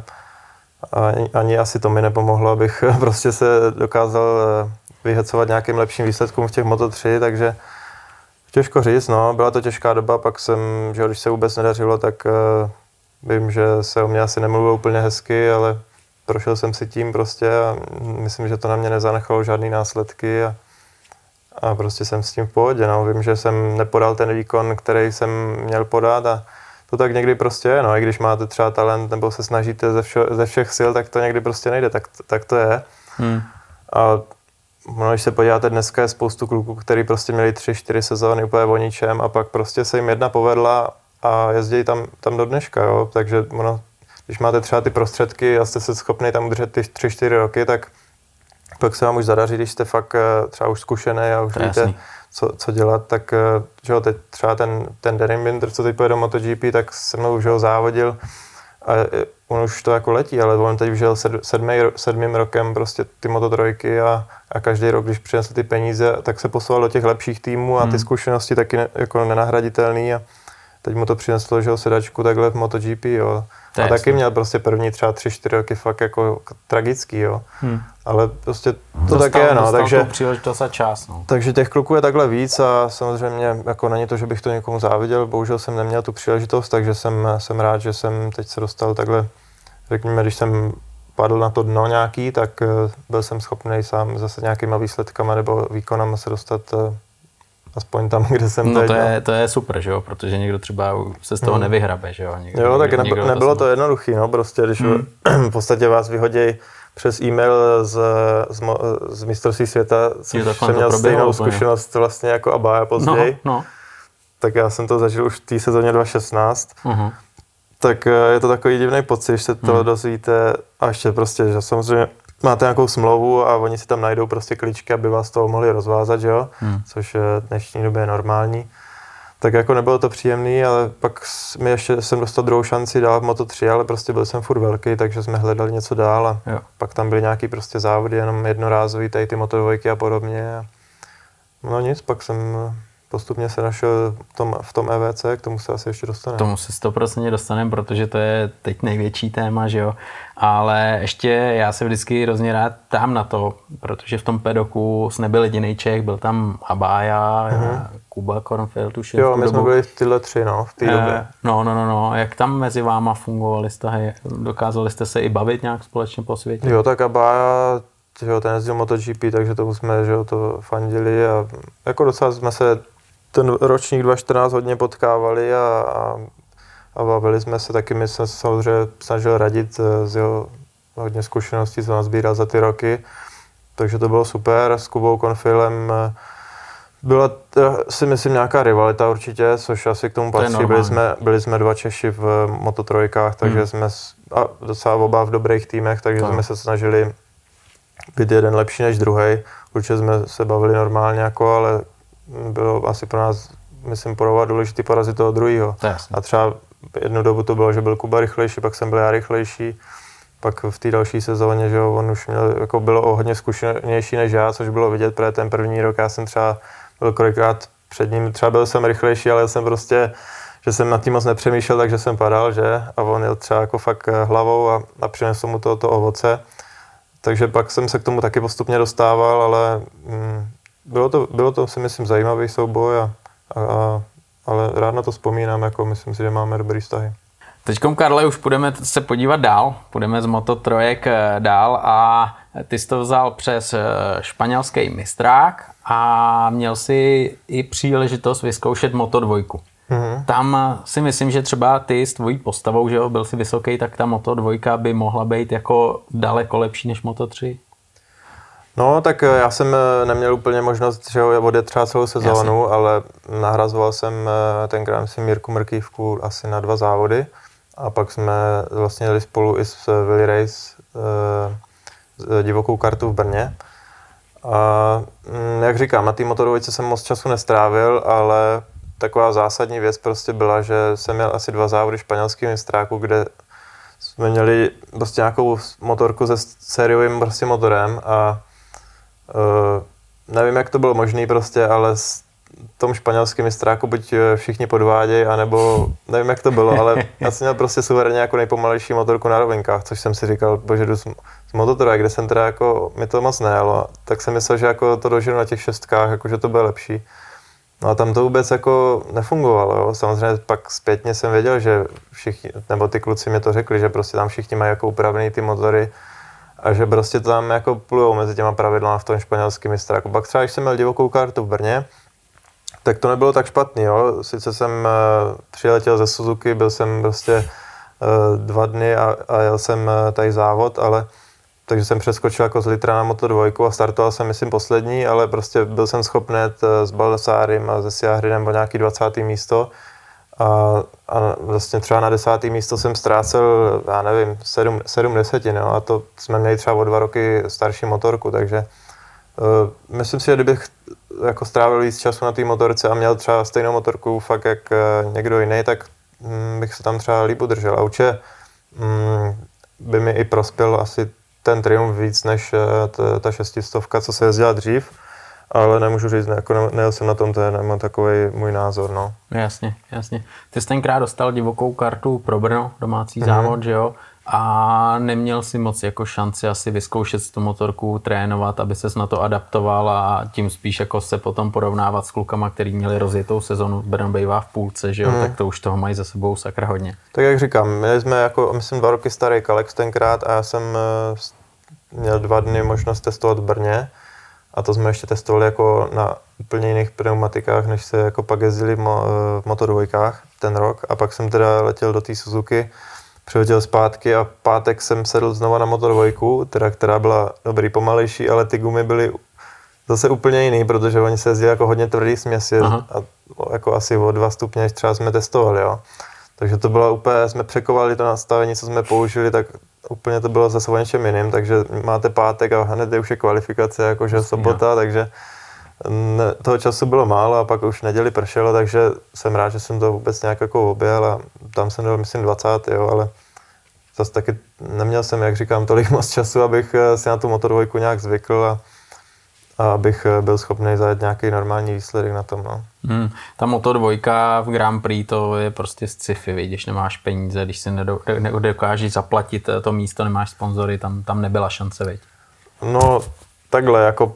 ani asi to mi nepomohlo, abych prostě se dokázal vyhecovat nějakým lepším výsledkům v těch Moto3, takže těžko říct, no, byla to těžká doba, pak jsem, že když se vůbec nedařilo, tak vím, že se o mě asi nemluvilo úplně hezky, ale prošel jsem si tím prostě a myslím, že to na mě nezanechalo žádný následky a prostě jsem s tím v pohodě, no. Vím, že jsem nepodal ten výkon, který jsem měl podat a to tak někdy prostě je, no, i když máte třeba talent nebo se snažíte ze všech sil, tak to někdy prostě nejde, tak to je. A když se podíváte, dneska je spoustu kluků, kteří prostě měli 3-4 sezóny úplně o ničem a pak prostě se jim jedna povedla a jezdí tam do dneška, jo, takže když máte třeba ty prostředky a jste se schopni tam udržet ty 3-4 roky, tak pak se vám už zadaří, když jste fakt třeba už zkušený a už víte, co dělat, tak že jo, teď třeba ten Darren Binder, co teď pojede do MotoGP, tak se mnou už ho závodil a on už to jako letí, ale on teď už jel sedmým rokem prostě ty Moto3 a každý rok, když přinesl ty peníze, tak se poslal do těch lepších týmů a ty zkušenosti taky jako nenahraditelný a teď mu to přineslo, že ho sedačku takhle v MotoGP, jo. A taky měl prostě první třeba 3-4 roky fakt jako tragický, jo. Ale prostě to tak je, no, takže příležitost a čas, no. Takže těch kluků je takhle víc a samozřejmě jako není to, že bych to někomu záviděl, bohužel jsem neměl tu příležitost, takže jsem rád, že jsem teď se dostal takhle, řekněme, když jsem padl na to dno nějaký, tak byl jsem schopný sám zase nějakýma výsledkama nebo výkonama se dostat aspoň tam, kde jsem teď. To je super, že jo, protože někdo třeba se z toho nevyhrabe, že jo. Jo, tak nebylo to jednoduchý, no, prostě, když v podstatě vás vyhodí přes e-mail z mistrovství světa, což jsem měl stejnou zkušenost vlastně jako Abaya později. No. tak já jsem to zažil už v té sezóně 2016. Tak je to takový divný pocit, že se to dozvíte a ještě prostě, že samozřejmě máte nějakou smlouvu a oni si tam najdou prostě kličky, aby vás toho mohli rozvázat, že jo? Což v dnešní době je normální. Tak jako nebylo to příjemný, ale pak mi ještě jsem dostal druhou šanci dál v Moto3, ale prostě byl jsem furt velký, takže jsme hledali něco dál a pak tam byly nějaký prostě závody, jenom jednorázový, tady ty Moto2 a podobně. No nic, pak jsem postupně se našel v tom EVC, k tomu se asi ještě dostaneme. K tomu se 100% dostaneme, protože to je teď největší téma, že jo. Ale ještě já se vždycky hrozně rád tam na to, protože v tom pedoku nebyl jediný Čech, byl tam Abája, Kuba Kornfeld, už jo, my jsme byli tyhle tři, no, v té době. No. Jak tam mezi váma fungovaly vztahy? Dokázali jste se i bavit nějak společně po světě? Jo, tak Abája, ten jezdil MotoGP, takže tomu jsme, že jo, to fandili a jako docela jsme se ten ročník 2014 hodně potkávali a bavili jsme se, taky my jsme se samozřejmě snažili radit z jeho hodně zkušeností, co nás sbíral za ty roky, takže to bylo super. S Kubou Konfilem byla si myslím nějaká rivalita určitě, což asi k tomu patří. Byli jsme dva Češi v Moto3, takže jsme docela oba v dobrých týmech, takže jsme se snažili být jeden lepší než druhej. Určitě jsme se bavili normálně, jako, ale bylo asi pro nás, myslím, důležitý porazit toho druhýho. A třeba jednu dobu to bylo, že byl Kuba rychlejší, pak jsem byl já rychlejší. Pak v té další sezóně, že jo, on už měl, jako bylo o hodně zkušenější než já, což bylo vidět, protože ten první rok já jsem třeba byl kolikrát před ním, třeba byl jsem rychlejší, ale jsem prostě, že jsem nad tím moc nepřemýšlel, takže jsem padal, že? A on jel třeba jako fakt hlavou a přinesl mu to ovoce. Takže pak jsem se k tomu taky postupně dostával, ale bylo to si myslím zajímavý souboj, ale rád na to vzpomínám, jako myslím si, že máme dobrý vztahy. Teďkom, Karle, už půjdeme se podívat dál, půjdeme z Moto3 dál a ty jsi to vzal přes španělský mistrák a měl si i příležitost vyzkoušet Moto2. Tam si myslím, že třeba ty s tvojí postavou, že jo, byl si vysoký, tak ta Moto2 by mohla být jako daleko lepší než Moto3. No, tak já jsem neměl úplně možnost, že ho odjet třeba celou sezónu, jasně, ale nahrazoval jsem tenkrát myslím Mirku Mrkývku asi na 2 závody a pak jsme vlastně jeli spolu i s Willy Race divokou kartu v Brně. A jak říkám, na té Moto2 jsem moc času nestrávil, ale taková zásadní věc prostě byla, že jsem měl asi 2 závody španělského mistráku, kde jsme měli prostě nějakou motorku se sériovým prostě motorem a nevím, jak to bylo možné prostě, ale v tom španělském mistráku buď všichni podvádějí, anebo nevím, jak to bylo, ale já jsem měl prostě suverénně jako nejpomalejší motorku na rovinkách, což jsem si říkal, bože, jdu z Moto3, kde jsem teda jako, mi to moc nejelo, tak jsem myslel, že jako to dožiju na těch 6, jako že to bude lepší. No a tam to vůbec jako nefungovalo, jo. Samozřejmě pak zpětně jsem věděl, že všichni, nebo ty kluci mi to řekli, že prostě tam všichni mají jako upravený ty motory a že prostě tam jako plujou mezi těma pravidlama v tom španělském mistráku. Pak třeba, když jsem měl divokou kartu v Brně, tak to nebylo tak špatný, jo. Sice jsem přiletěl ze Suzuki, byl jsem prostě 2 dny a jel jsem tady závod, ale takže jsem přeskočil jako z Litra na Moto2 a startoval jsem, myslím, poslední, ale prostě byl jsem schopný s Baldassarem a se Sjahrinem o nějaký 20. místo a vlastně třeba na 10. místo jsem ztrácel, já nevím, 7 desetin, jo, a to jsme měli třeba o 2 roky starší motorku, takže myslím si, že kdybych jako strávil víc času na té motorce a měl třeba stejnou motorku fakt jak někdo jiný, tak bych se tam třeba líp udržel a určitě by mi i prospěl asi ten Triumph víc než ta 600, co se jezdila dřív, ale nemůžu říct, jako nejel jsem na tom, to je nemám takový můj názor, no. Jasně. Ty jsi tenkrát dostal divokou kartu pro Brno, domácí závod, že jo? A neměl si moc jako šanci asi vyzkoušet tu motorku, trénovat, aby ses na to adaptoval a tím spíš jako se potom porovnávat s klukama, který měli rozjetou sezonu, Brno bývá v půlce, že jo? Tak to už toho mají za sebou sakra hodně. Tak jak říkám, měli jsme jako, myslím, 2 roky starý Kalex tenkrát a já jsem měl 2 dny možnost testovat v Brně a to jsme ještě testovali jako na úplně jiných pneumatikách, než se jako pak jezdili v Moto2 ten rok a pak jsem teda letěl do té Suzuki, přiletěl zpátky a v pátek jsem sedl znova na Moto2, teda, která byla dobrý pomalejší, ale ty gumy byly zase úplně jiný, protože oni se jezdili jako hodně tvrdý směsi a jako asi o 2 stupně, než třeba jsme testovali, jo. Takže to bylo úplně, jsme překovali to nastavení, co jsme použili, tak úplně to bylo zase o něčem jiným, takže máte pátek a hned už je kvalifikace, jakože sobota, takže toho času bylo málo a pak už neděli pršelo, takže jsem rád, že jsem to vůbec nějak jako objel a tam jsem byl, myslím, 20, jo, ale zase taky neměl jsem, jak říkám, tolik moc času, abych si na tu Moto2 nějak zvykl a abych byl schopný zajet nějaký normální výsledek na tom. No. Ta Moto2 v Grand Prix to je prostě sci-fi, když nemáš peníze, když si nedokážeš zaplatit to místo, nemáš sponzory, tam nebyla šance, viď? No takhle, jako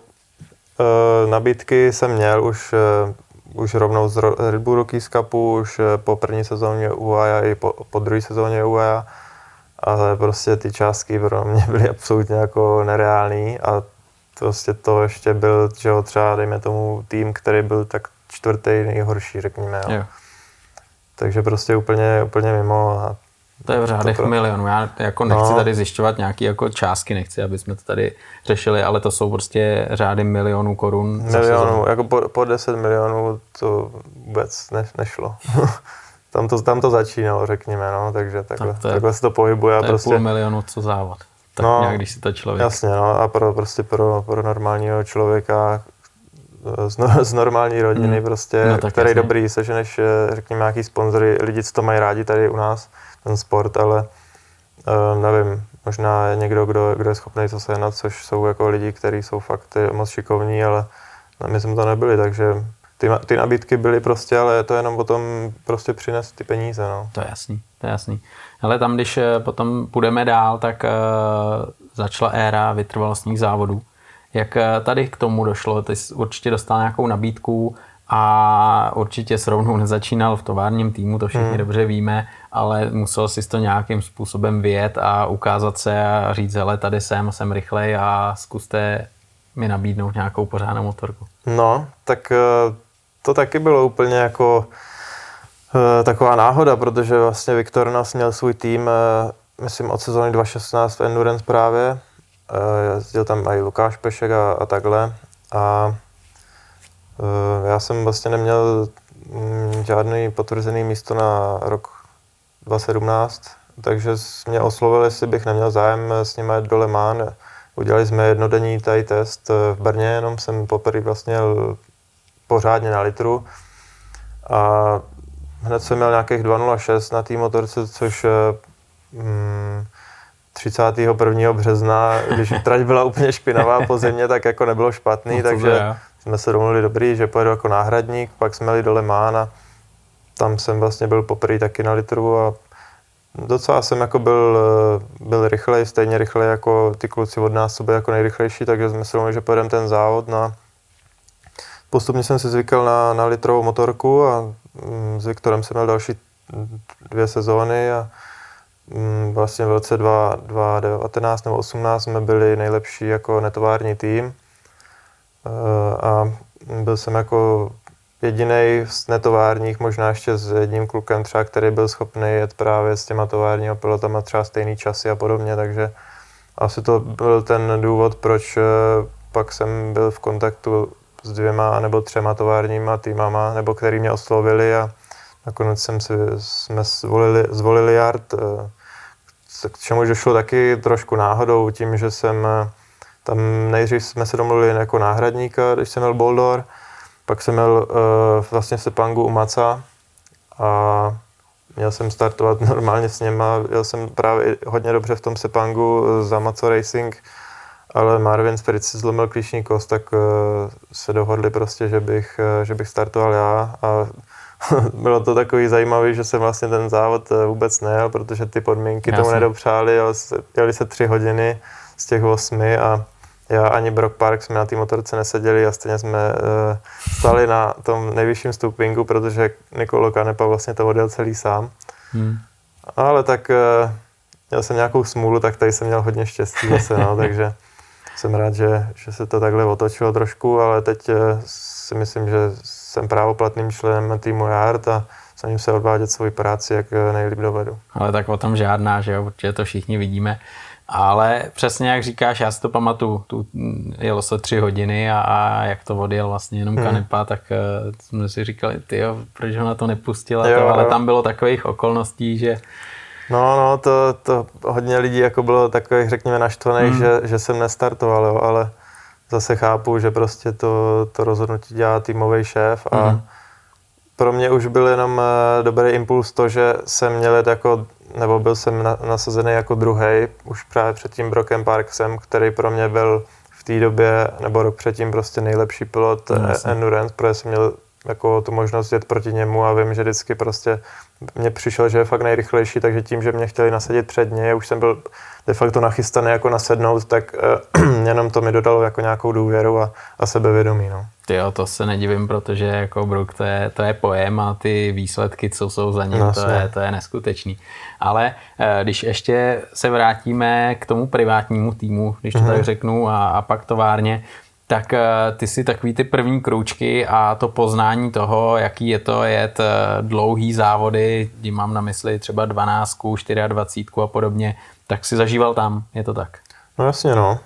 nabídky jsem měl už rovnou z Red Bull Rookies Cupu, už po první sezóně UAE i po druhé sezóně UAE, ale prostě ty částky pro mě byly absolutně jako nereální a prostě to ještě byl, že jo, třeba dejme tomu tým, který byl tak 4. nejhorší, řekněme. Jo. Takže prostě úplně mimo. A to je v řádech milionů. Já jako nechci tady zjišťovat nějaké jako částky, nechci, aby jsme to tady řešili, ale to jsou prostě řády milionů korun. Milionů, jako po 10 milionů to vůbec nešlo. tam to začínalo, řekněme, no, takže takhle se to pohybuje. To je prostě 500 000 co závod. Tak nějak, když si to člověk... Jasně, no, a pro normálního člověka z normální rodiny, prostě, který jasně. Dobrý, seženeš, řekněme, nějaký sponzory, lidi, co to mají rádi tady u nás, ten sport, ale nevím, možná někdo, kdo je schopný to sehnat, což jsou jako lidi, kteří jsou fakt moc šikovní, ale my jsme to nebyli, takže ty nabídky byly prostě, ale je to jenom o tom prostě přinést ty peníze, no. To je jasný. Ale tam, když potom půjdeme dál, tak začala éra vytrvalostních závodů. Jak tady k tomu došlo? Ty jsi určitě dostal nějakou nabídku a určitě s rovnou nezačínal v továrním týmu, to všichni dobře víme, ale musel jsi to nějakým způsobem vyjet a ukázat se a říct, hele, tady jsem rychlej a zkuste mi nabídnout nějakou pořádnou motorku. No, tak to taky bylo úplně jako taková náhoda, protože vlastně Viktor nás měl svůj tým, myslím od sezóny 2016 v Endurance právě. Jezdil tam i Lukáš Pešek a takhle. A já jsem vlastně neměl žádný potvrzený místo na rok 2017, takže mě oslovil, jestli bych neměl zájem s nimi jet do Le Mans. Udělali jsme jednodenní tady test v Brně, jenom jsem poprvé vlastně jel pořádně na litru. A hned jsem měl nějakých 2.06 na té motorce, což 31. března, když trať byla úplně špinavá po zimě, tak jako nebylo špatný, takže jsme se domluvili dobrý, že pojedu jako náhradník, pak jsme jeli do Le Mans a tam jsem vlastně byl poprvé taky na litru a docela jsem jako byl rychlej, stejně rychlej jako ty kluci od nás, co byli jako nejrychlejší, takže jsme se domluvili, že pojedeme ten závod. No. Postupně jsem si zvykl na litrovou motorku a s Viktorem jsem měl další 2 sezóny a vlastně v roce 2019 nebo 2018 jsme byli nejlepší jako netovární tým a byl jsem jako jedinej z netovárních, možná ještě s jedním klukem třeba, který byl schopný jet právě s těma továrníma pilotama třeba stejný časy a podobně, takže asi to byl ten důvod, proč pak jsem byl v kontaktu s 2 nebo 3 továrníma týmama, nebo který mě oslovili a nakonec jsme zvolili Yard, k čemu došlo taky trošku náhodou, tím, že jsem tam nejdřív jsme se domluvili jako náhradníka, když jsem měl Boldor, pak jsem měl vlastně v Sepangu u Maca a měl jsem startovat normálně s něma, jel jsem právě hodně dobře v tom Sepangu za Maco Racing, ale Marvin Spirit si zlomil klíční kost, tak se dohodli prostě, že bych startoval já a bylo to takový zajímavý, že jsem vlastně ten závod vůbec nejel, protože ty podmínky tomu nedopřáli, jeli se 3 hodiny z těch 8 a já ani Brock Park jsme na té motorce neseděli a stejně jsme stali na tom nejvyšším stupinku, protože Nicolo Canepa vlastně to odjel celý sám. Ale tak měl jsem nějakou smůlu, tak tady jsem měl hodně štěstí zase, no, takže jsem rád, že se to takhle otočilo trošku, ale teď si myslím, že jsem právoplatným členem týmu Yard a snažím se odvádět svoji práci, jak nejlíp dovedu. Ale tak o tom žádná, že jo, protože to všichni vidíme. Ale přesně jak říkáš, já si to pamatuju, jelo se 3 hodiny a jak to odjel vlastně jenom Canepa, tak jsme si říkali, tyjo, proč ho na to nepustila, ale tam bylo takových okolností, že... No, to hodně lidí jako bylo takových, řekněme, naštvaných, že jsem nestartoval, jo, ale zase chápu, že prostě to rozhodnutí dělá týmový šéf a pro mě už byl jenom dobrý impuls to, že jsem měl jako, nebo byl jsem nasazený jako druhej, už právě před tím Brockem Parksem, který pro mě byl v té době, nebo rok předtím prostě nejlepší pilot endurance, protože jsem měl jako tu možnost jet proti němu a vím, že vždycky prostě mně přišel, že je fakt nejrychlejší, takže tím, že mě chtěli nasadit před něj, už jsem byl de facto nachystaný jako nasednout, tak jenom to mi dodalo jako nějakou důvěru a sebevědomí. No. Tyjo, to se nedivím, protože jako Brock to je pojem a ty výsledky, co jsou za ním, to je neskutečný. Ale když ještě se vrátíme k tomu privátnímu týmu, když to tak řeknu, a pak továrně, tak ty si takový ty první kroučky a to poznání toho, jaký je to jet dlouhý závody, kdy mám na mysli třeba 12, 24 a podobně, tak si zažíval tam, je to tak? No jasně, no.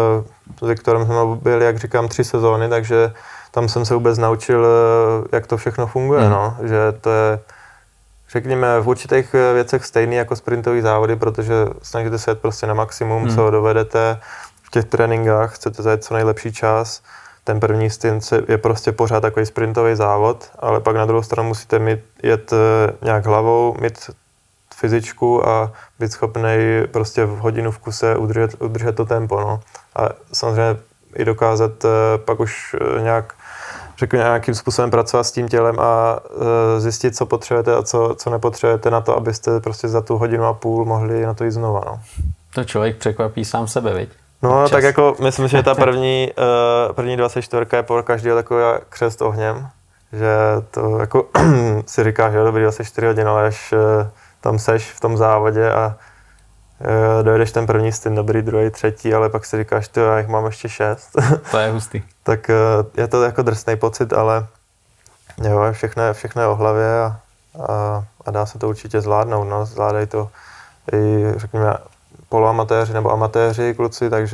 S Viktorem jsme byli, jak říkám, 3 sezóny, takže tam jsem se vůbec naučil, jak to všechno funguje, no. Že to je, řekněme, v určitých věcech stejný jako sprintový závody, protože snažíte se jet prostě na maximum, co dovedete. V těch tréninkách chcete zajet co nejlepší čas. Ten první stint je prostě pořád takový sprintový závod, ale pak na druhou stranu musíte jet nějak hlavou, mít fyzičku a být schopný prostě v hodinu v kuse udržet to tempo. No. A samozřejmě i dokázat pak už nějakým způsobem pracovat s tím tělem a zjistit, co potřebujete a co nepotřebujete na to, abyste prostě za tu hodinu a půl mohli na to jít znova. No. To člověk překvapí sám sebe, viď? No, tak jako myslím, že ta první 24 je pro každého takový křest ohněm, že to jako si říkáš, že dobrý 24 hodin, ale až tam seš v tom závodě a dojedeš ten první stint, dobrý, druhý, třetí, ale pak si říkáš, já jich mám ještě 6. To je hustý. Tak je to jako drsný pocit, ale jo, všechno je o hlavě a dá se to určitě zvládnout. No. Zvládají to i, řekněme, poloamatéři nebo amatéři kluci, takže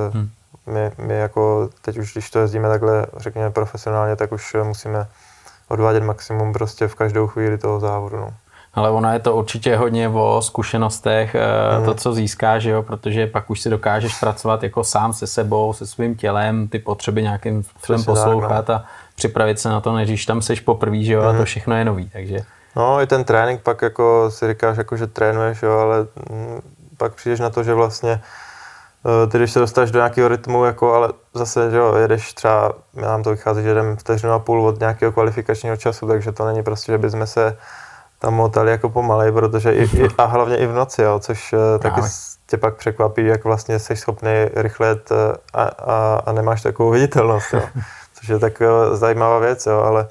my jako teď už, když to jezdíme takhle, řekněme, profesionálně, tak už musíme odvádět maximum prostě v každou chvíli toho závodu. No. Ale ono je to určitě hodně o zkušenostech, to, co získáš, jo, protože pak už si dokážeš pracovat jako sám se sebou, se svým tělem, ty potřeby nějakým způsobem poslouchat a připravit se na to, než když tam seš poprvé, že jo, a to všechno je nový, takže... No i ten trénink pak jako si říkáš, jako, že trénuješ, jo, ale pak přijdeš na to, že vlastně ty, když se dostaneš do nějakého rytmu, jako, ale zase, že jo, jedeš třeba, nám to vychází, že jdem 1,5 vteřinu od nějakého kvalifikačního času, takže to není prostě, že bychom se tam motali jako pomalej, protože a hlavně i v noci, jo, což taky tě pak překvapí, jak vlastně jsi schopný rychle jet a nemáš takovou viditelnost, jo, což je tak zajímavá věc, jo, ale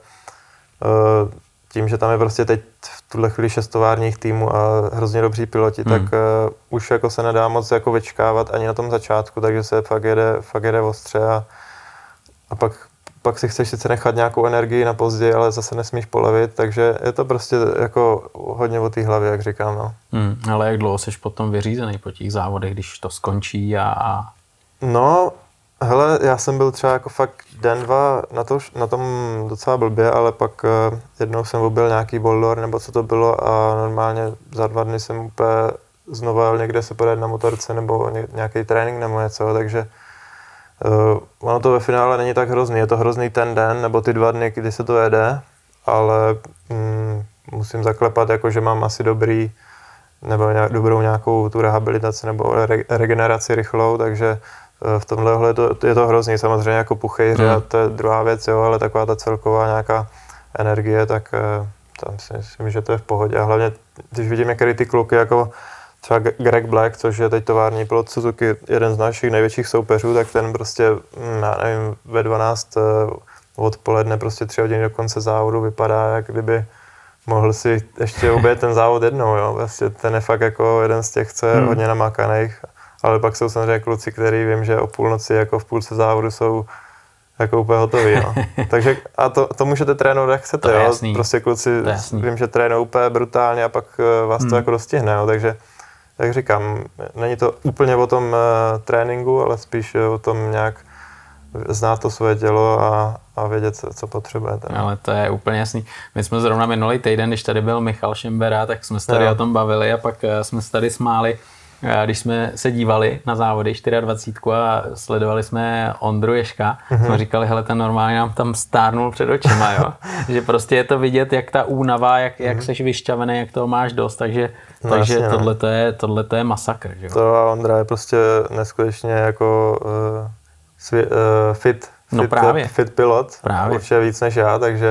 tím, že tam je prostě teď v tuhle chvíli 6 továrních týmů a hrozně dobří piloti, tak už jako se nedá moc jako vyčkávat ani na tom začátku, takže se fakt jede ostře a pak si chceš sice nechat nějakou energii na později, ale zase nesmíš polevit, takže je to prostě jako hodně o té hlavě, jak říkám. No. Ale jak dlouho jsi potom vyřízený po těch závodech, když to skončí a... No, hele, já jsem byl třeba jako fakt den, dva na tom docela blbě, ale pak jednou jsem objel nějaký boulder, nebo co to bylo a normálně za 2 dny jsem úplně znovu jel někde se podat na motorce nebo nějaký trénink nebo něco, takže ono to ve finále není tak hrozný. Je to hrozný ten den nebo ty 2 dny, kdy se to jede, ale musím zaklepat, jako, že mám asi dobrou nějakou tu rehabilitaci nebo regeneraci rychlou, takže v tomhle je to hrozný. Samozřejmě jako puchejře, a to je druhá věc, jo, ale taková ta celková nějaká energie, tak tam si myslím, že to je v pohodě. A hlavně, když vidím některé ty kluky, jako třeba Greg Black, což je teď tovární pilot Suzuki, jeden z našich největších soupeřů, tak ten prostě, já nevím, ve 12 odpoledne, prostě 3 hodiny do konce závodu vypadá, jak kdyby mohl si ještě obět ten závod jednou, jo. Vlastně ten je fakt jako jeden z těch, co je hodně namakaných, ale pak jsou samozřejmě kluci, který vím, že o půlnoci, jako v půlce závodu jsou jako úplně hotový, no. Takže a to můžete trénovat, jak chcete, jo. Prostě kluci vím, že trénují úplně brutálně a pak vás to jako dostihne, jo. Takže jak říkám, není to úplně o tom tréninku, ale spíš o tom nějak znát to svoje tělo a vědět, co potřebujete. Ale to je úplně jasný. My jsme zrovna minulý týden, když tady byl Michal Šembera, tak jsme se tady o tom bavili a pak jsme se tady smáli, když jsme se dívali na závody 24 a sledovali jsme Ondru Ježka, jsme říkali, hele, ten normálně nám tam stárnul před očima, jo? Že prostě je to vidět, jak ta únava, jak seš vyšťavený, jak toho máš dost, takže jasně, tohle je masakr, že jo? To a Ondra je prostě neskutečně jako fit pilot, určitě víc než já, takže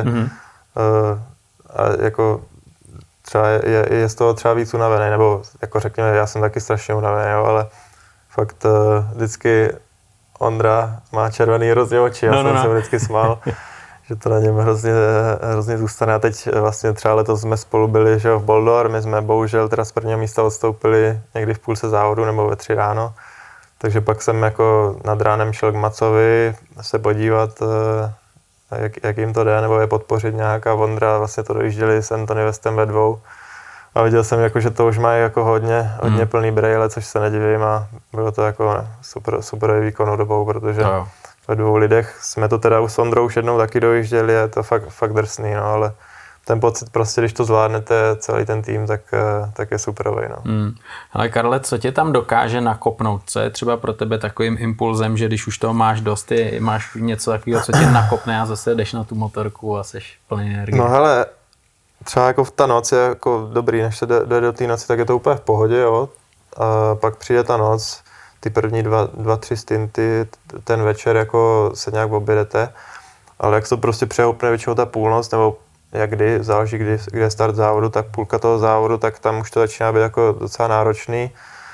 a jako třeba je z toho třeba víc unavený, nebo jako řekněme, já jsem taky strašně unavený, jo, ale fakt vždycky Ondra má červený hrozně oči, já jsem se vždycky smál, že to na něm hrozně zůstane. A teď vlastně třeba letos jsme spolu byli, že v Boldor, my jsme bohužel teda z prvního místa odstoupili někdy v půlce závodu nebo ve 3 ráno, takže pak jsem jako nad ránem šel k Macovi se podívat, jak jim to jde, nebo je podpořit nějak a Ondra vlastně to dojížděli s Anthony Westem ve 2 a viděl jsem, jako, že to už mají jako hodně plný brejle, což se nedivím a bylo to jako super výkonnou dobou, protože ve 2 lidech jsme to teda s Ondrou už jednou taky dojížděli a je to fakt drsný, no, ale ten pocit prostě, když to zvládnete celý ten tým, tak je superovej, no. Ale Karle, co tě tam dokáže nakopnout? Co je třeba pro tebe takovým impulzem, že když už toho máš dost, máš něco takového, co tě nakopne a zase jdeš na tu motorku a seš plný energie? No hele, třeba jako ta noc je jako dobrý, než se jde do té noci, tak je to úplně v pohodě, jo. A pak přijde ta noc, ty první 2-3 stinty, ten večer jako se nějak objedete, ale jak to prostě přehoupne většinou ta půlnoc, nebo jak kdy, záleží, kde je start závodu, tak půlka toho závodu, tak tam už to začíná být jako docela náročný.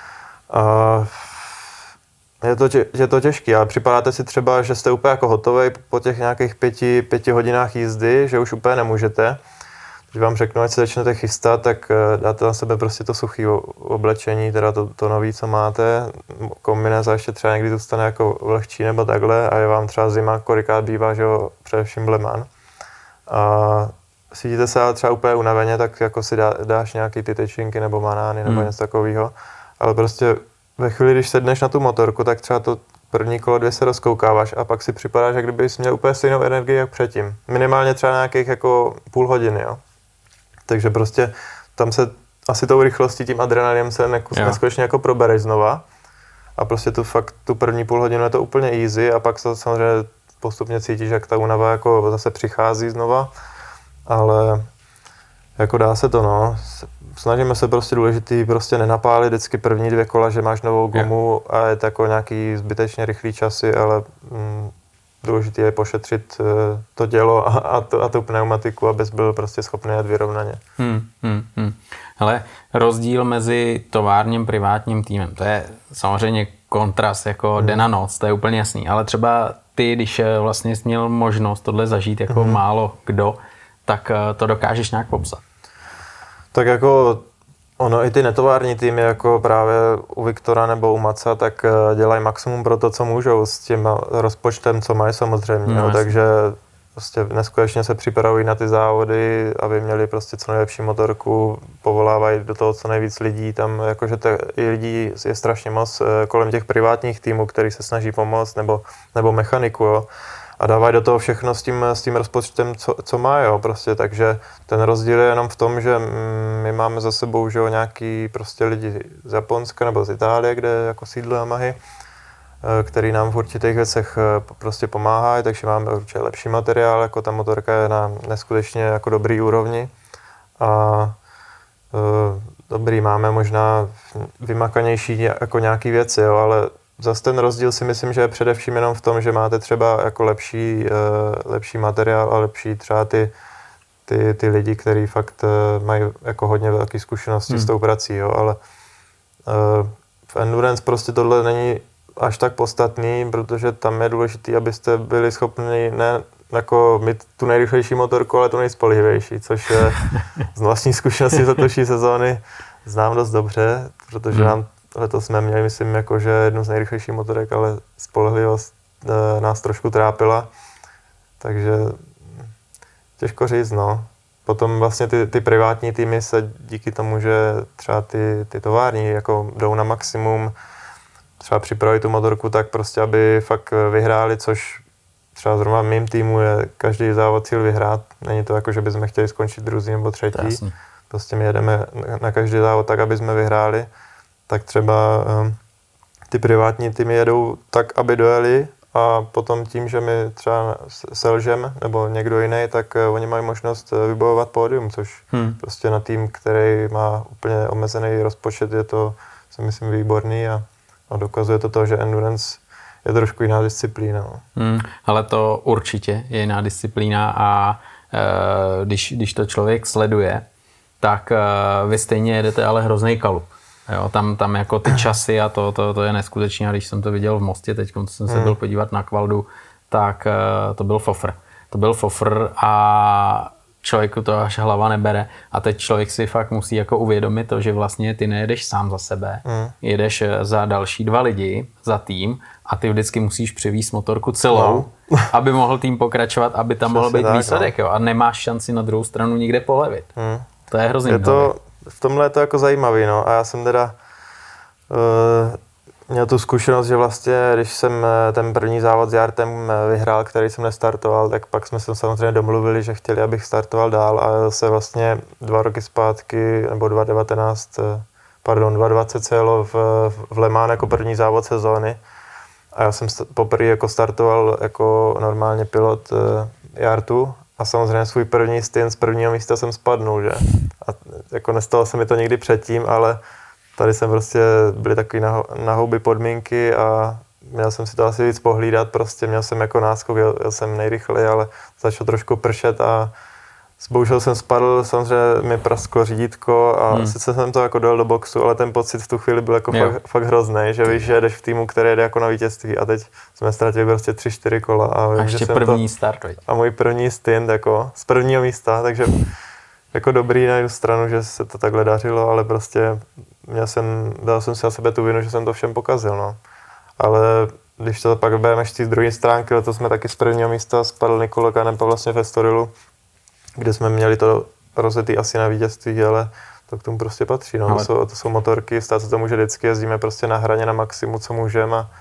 Je to těžký, ale připadáte si třeba, že jste úplně jako hotovej po těch nějakých 5 hodinách jízdy, že už úplně nemůžete. Když vám řeknu, ať se začnete chystat, tak dáte na sebe prostě to suché oblečení, teda to nový, co máte. Kombinéza ještě třeba někdy zůstane jako lehčí nebo takhle a je vám třeba zima, kolikrát bývá, že jo, především Le Mans. A cítíte se ale třeba úplně unaveně, tak jako si dáš nějaký ty tyčinky nebo banány nebo něco takového. Ale prostě ve chvíli, když sedneš na tu motorku, tak třeba to první kolo 2 se rozkoukáváš a pak si připadáš, jak kdybys měl úplně stejnou energii jak předtím. Minimálně třeba nějakých jako půl hodiny, jo. Takže prostě tam se asi tou rychlostí, tím adrenalinem se neskutečně jako probereš znova. A prostě tu první půl hodinu je to úplně easy a pak to samozřejmě postupně cítíš, jak ta únava jako zase přichází znova, ale jako dá se to, no. Snažíme se prostě důležitý prostě nenapálit vždycky první 2 kola, že máš novou gumu a je to jako nějaký zbytečně rychlý časy, ale důležitý je pošetřit to dělo a tu pneumatiku, abys byl prostě schopný jet vyrovnaně. Hele, rozdíl mezi továrním privátním týmem, to je samozřejmě kontrast jako den a noc, to je úplně jasný, ale třeba ty, když vlastně jsi měl možnost tohle zažít jako málo kdo, tak to dokážeš nějak popsat. Tak jako ono i ty netovární týmy, jako právě u Viktora nebo u Maca, tak dělají maximum pro to, co můžou s tím rozpočtem, co mají samozřejmě. No, takže prostě neskutečně se připravují na ty závody, aby měli prostě co nejlepší motorku, povolávají do toho co nejvíc lidí, tam jakože i lidí je strašně moc kolem těch privátních týmů, který se snaží pomoct, nebo mechaniku, jo. A dávají do toho všechno s tím rozpočtem, co má, jo, prostě, takže ten rozdíl je jenom v tom, že my máme za sebou, že jo, nějaký prostě lidi z Japonska nebo z Itálie, kde jako sídlo Yamahy, který nám v určitých věcech prostě pomáhají, takže máme určitě lepší materiál, jako ta motorka je na neskutečně jako dobrý úrovni a dobrý, máme možná vymakanější jako nějaký věci, jo, ale zase ten rozdíl si myslím, že je především jenom v tom, že máte třeba jako lepší materiál a lepší třeba ty lidi, kteří fakt mají jako hodně velké zkušenosti s tou prací, jo, ale v endurance prostě tohle není až tak podstatný, protože tam je důležité, abyste byli schopni ne jako mít tu nejrychlejší motorku, ale tu nejspolehlivější, což je z vlastní zkušenosti z letošní sezóny znám dost dobře, protože letos jsme měli, myslím, jako, že jednu z nejrychlejších motorek, ale spolehlivost nás trošku trápila, takže těžko říct, no. potom vlastně ty privátní týmy se díky tomu, že třeba ty tovární jako jdou na maximum, třeba připraví tu motorku tak prostě, aby fakt vyhráli, což třeba zrovna v mým týmu je každý závod cíl vyhrát. Není to jako, že bychom chtěli skončit druzí nebo třetí. Jasně. Prostě my jedeme na každý závod tak, aby jsme vyhráli. Tak třeba ty privátní týmy jedou tak, aby dojeli a potom tím, že my třeba selžeme nebo někdo jiný, tak oni mají možnost vybojovat pódium, což prostě na tým, který má úplně omezený rozpočet, je to, si myslím, výborný a dokazuje to, že endurance je trošku jiná disciplína. No. Ale to určitě je jiná disciplína a když to člověk sleduje, tak vy stejně jedete ale hrozný kalup. Jo, tam jako ty časy a to je neskutečné. A když jsem to viděl v Mostě teď, co jsem se byl podívat na Kvaldu, tak to byl fofr. To byl fofr a člověku to až hlava nebere. A teď člověk si fakt musí jako uvědomit to, že vlastně ty nejedeš sám za sebe, jedeš za další 2 lidi, za tým a ty vždycky musíš přivízt motorku celou, aby mohl tým pokračovat, aby tam mohl být výsledek. Jo, a nemáš šanci na druhou stranu nikde polevit. To je hrozně v tomhle je to jako zajímavý, no. A já jsem teda měl tu zkušenost, že vlastně, když jsem ten první závod s Jartem vyhrál, který jsem nestartoval, tak pak jsme se samozřejmě domluvili, že chtěli, abych startoval dál a se vlastně 2 roky zpátky, nebo 2020 se jelo v Le Mans jako první závod sezóny. A já jsem poprvé jako startoval jako normálně pilot Jartu a samozřejmě svůj první stint z prvního místa jsem spadnul, že? A jako nestalo se mi to nikdy předtím, ale tady jsem prostě, byly takové na houby podmínky a měl jsem si to asi víc pohlídat, prostě měl jsem jako náskok, jel jsem nejrychleji, ale začalo trošku pršet a bohužel jsem spadl, samozřejmě mi prasklo řídítko a sice jsem to jako dojel do boxu, ale ten pocit v tu chvíli byl jako fakt hrozný, že víš, že jdeš v týmu, který jede jako na vítězství a teď jsme ztratili prostě 3-4 kola. A ještě první start, veď. A můj první stint jako z prvního místa, takže jako dobrý na jednu stranu, že se to takhle dařilo, ale prostě dal jsem si na sebe tu vinu, že jsem to všem pokazil, no. Ale když to pak BMX z druhé stránky, to jsme taky z prvního místa spadl Nicolo Canepa vlastně v Estorilu, kde jsme měli to rozjetý asi na vítězství, ale to k tomu prostě patří. No. To jsou motorky, stát se to může vždycky, jezdíme prostě na hraně, na maximu, co můžeme a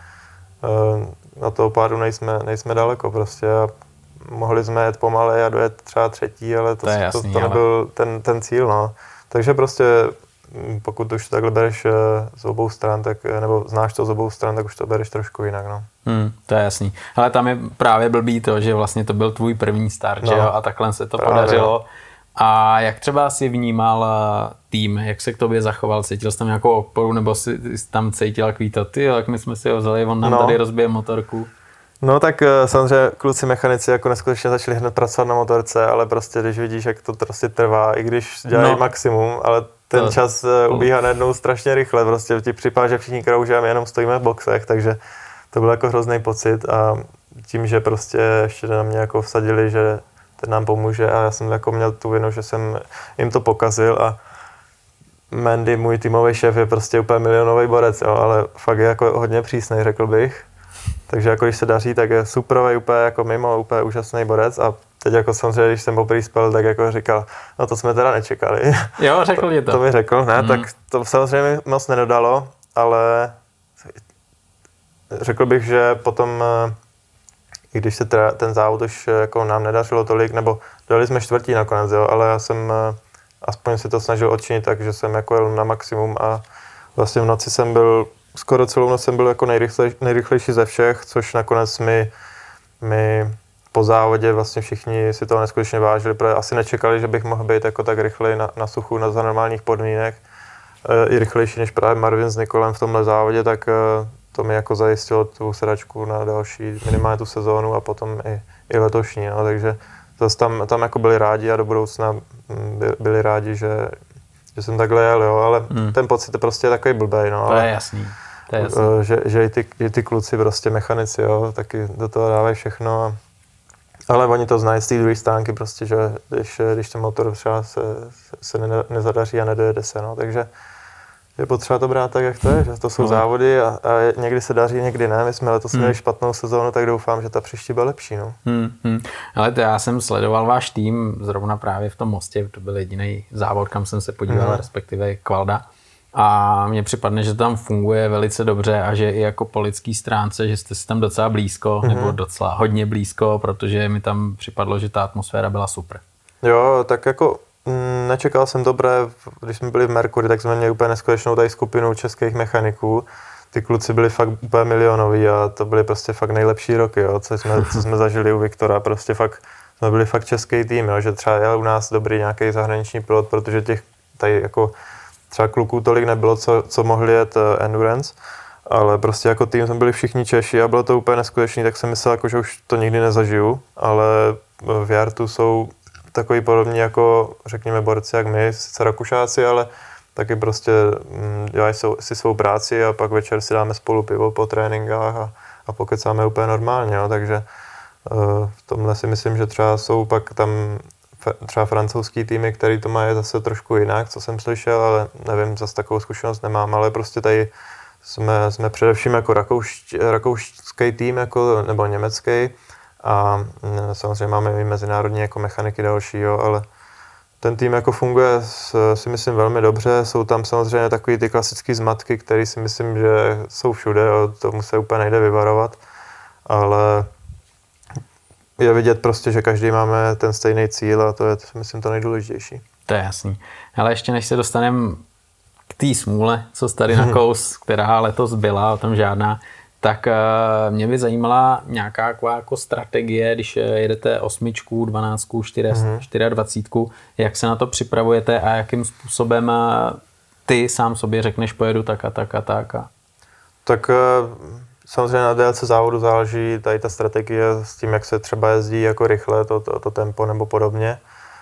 na toho pádu nejsme daleko prostě a mohli jsme jet pomalej a dojet třeba třetí, ale to nebyl ten cíl. No. Takže prostě pokud už takhle bereš z obou stran, tak, nebo znáš to z obou stran, tak už to bereš trošku jinak. No. To je jasný. Ale tam je právě blbý to, že vlastně to byl tvůj první start, že jo? A takhle se to podařilo. A jak třeba si vnímal tým, jak se k tobě zachoval? Cítil jsi tam nějakou oporu, nebo jsi tam cítil takový to, jak my jsme si ho vzali, on nám tady rozbije motorku? No tak samozřejmě kluci mechanici jako neskutečně začali hned pracovat na motorce, ale prostě když vidíš, jak to prostě trvá, i když dělají maximum, ale ten čas ubíhá najednou strašně rychle, prostě ti připadá, že všichni krouží a my jenom stojíme v boxech, takže to byl jako hrozný pocit a tím, že prostě ještě na mě jako vsadili, že ten nám pomůže a já jsem jako měl tu vinu, že jsem jim to pokazil a Mandy, můj týmový šéf, je prostě úplně milionový borec, jo, ale fakt je jako hodně přísnej, řekl bych. Takže jako když se daří, tak je superový, úplně jako mimo, úplně úžasný borec a teď jako samozřejmě, když jsem poprvé spal, tak jako říkal, no to jsme teda nečekali. Jo, řekl ti to. To mi řekl, ne, tak to samozřejmě moc nedodalo, ale řekl bych, že potom, i když se teda ten závod už jako nám nedařilo tolik, nebo dali jsme čtvrtí nakonec, jo, ale já jsem aspoň si to snažil odčinit tak, že jsem jako jel na maximum a vlastně v noci jsem byl, skoro celou noc jsem byl jako nejrychlejší ze všech, což nakonec mi po závodě vlastně všichni si toho neskutečně vážili, protože asi nečekali, že bych mohl být jako tak rychlej na suchu, za normálních podmínek. I rychlejší než právě Marvin s Nikolem v tomhle závodě, tak to mi jako zajistilo tu sedačku na další minimálně tu sezónu a potom i letošní. No. Takže zase tam jako byli rádi a do budoucna byli rádi, že jsem takhle jel, jo, ale ten pocit je prostě takový blbej. No, to je jasný. Že i ty kluci prostě mechanici, jo, taky do toho dávají všechno. Ale oni to znají z té druhé stránky prostě, že když ten motor třeba se nezadaří a nedojede se, no, takže Je potřeba to brát tak, jak to je, že to jsou závody a někdy se daří, někdy ne. My jsme letos měli špatnou sezónu, tak doufám, že ta příští bude lepší. No. Ale to já jsem sledoval váš tým zrovna právě v tom Mostě, to byl jediný závod, kam jsem se podíval, respektive Kvalda. A mně připadne, že to tam funguje velice dobře a že i jako po lidský stránce, že jste si tam docela blízko, nebo docela hodně blízko, protože mi tam připadlo, že ta atmosféra byla super. Jo, tak jako nečekal jsem dobré, když jsme byli v Mercury, tak jsme měli úplně neskutečnou tady skupinu českých mechaniků. Ty kluci byli fakt úplně milionoví a to byly prostě fakt nejlepší roky, jo, co jsme zažili u Viktora. Prostě fakt, jsme byli fakt český tým, jo, že třeba je u nás dobrý nějaký zahraniční pilot, protože těch tady jako třeba kluků tolik nebylo, co mohli jet endurance, ale prostě jako tým jsme byli všichni Češi a bylo to úplně neskutečný, tak jsem myslel, jako, že už to nikdy nezažiju, ale v Jartu jsou takový podobní jako, řekněme, borci jak my, sice Rakušáci, ale taky prostě dělají si svou práci a pak večer si dáme spolu pivo po tréninkách a pokecáme úplně normálně, jo, takže v tomhle si myslím, že třeba jsou pak tam třeba francouzský týmy, který to mají zase trošku jinak, co jsem slyšel, ale nevím, zase takovou zkušenost nemám, ale prostě tady jsme především jako rakouský tým, jako, nebo německý a samozřejmě máme i mezinárodní jako mechaniky další, jo, ale ten tým jako funguje si myslím velmi dobře, jsou tam samozřejmě takový ty klasické zmatky, které si myslím, že jsou všude, jo, tomu se úplně nejde vyvarovat, ale je vidět prostě, že každý máme ten stejný cíl a to je, myslím, to nejdůležitější. To je jasný. Ale ještě než se dostaneme k té smůle, co tady na kous, která letos byla, o tom žádná, tak mě by zajímala nějaká jako strategie, když jedete 8, 12, 24, jak se na to připravujete a jakým způsobem ty sám sobě řekneš, pojedu tak a tak a tak. Tak samozřejmě na délce závodu záleží tady ta strategie s tím, jak se třeba jezdí jako rychle, to tempo nebo podobně.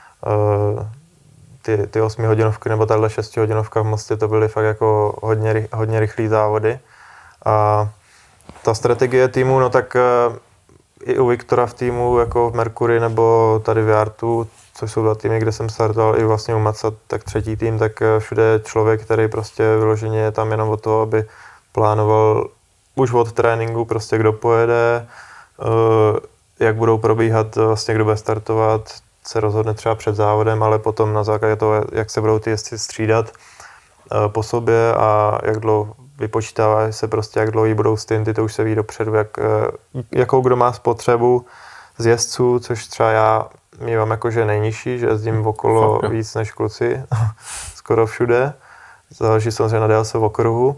Ty 8 hodinovky nebo tahle 6 hodinovka v Mostě, to byly fakt jako hodně rychlý závody. A ta strategie týmu, no tak i u Viktora v týmu, jako v Mercury nebo tady v Jartu, což jsou dva týmy, kde jsem startoval, i vlastně u Maca, tak třetí tým, tak všude je člověk, který prostě vyloženě je tam jenom o to, aby plánoval už od tréninku prostě kdo pojede, jak budou probíhat, vlastně kdo bude startovat, se rozhodne třeba před závodem, ale potom na základě toho, jak se budou ty jezdci střídat po sobě a jak dlouho vypočítává se prostě, jak dlouhý budou stinty, to už se ví dopředu, jakou kdo má spotřebu z jezdců, což třeba já mívám jakože nejnižší, že jezdím okolo víc než kluci, skoro všude, záleží samozřejmě na délce v okruhu.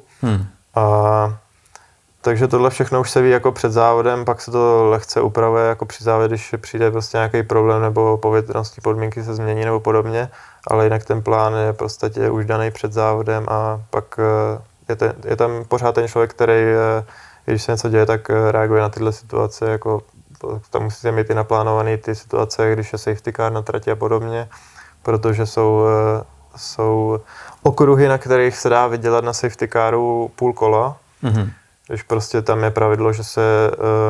Takže tohle všechno už se ví jako před závodem, pak se to lehce upravuje jako při závodě, když přijde prostě nějaký problém nebo povětrnostní podmínky se změní nebo podobně, ale jinak ten plán je prostě už daný před závodem a pak je tam pořád ten člověk, který, když se něco děje, tak reaguje na tyhle situace, jako tam musíte mít i naplánované ty situace, když je safety car na trati a podobně, protože jsou okruhy, na kterých se dá vydělat na safety caru půl kola. Když prostě tam je pravidlo, že se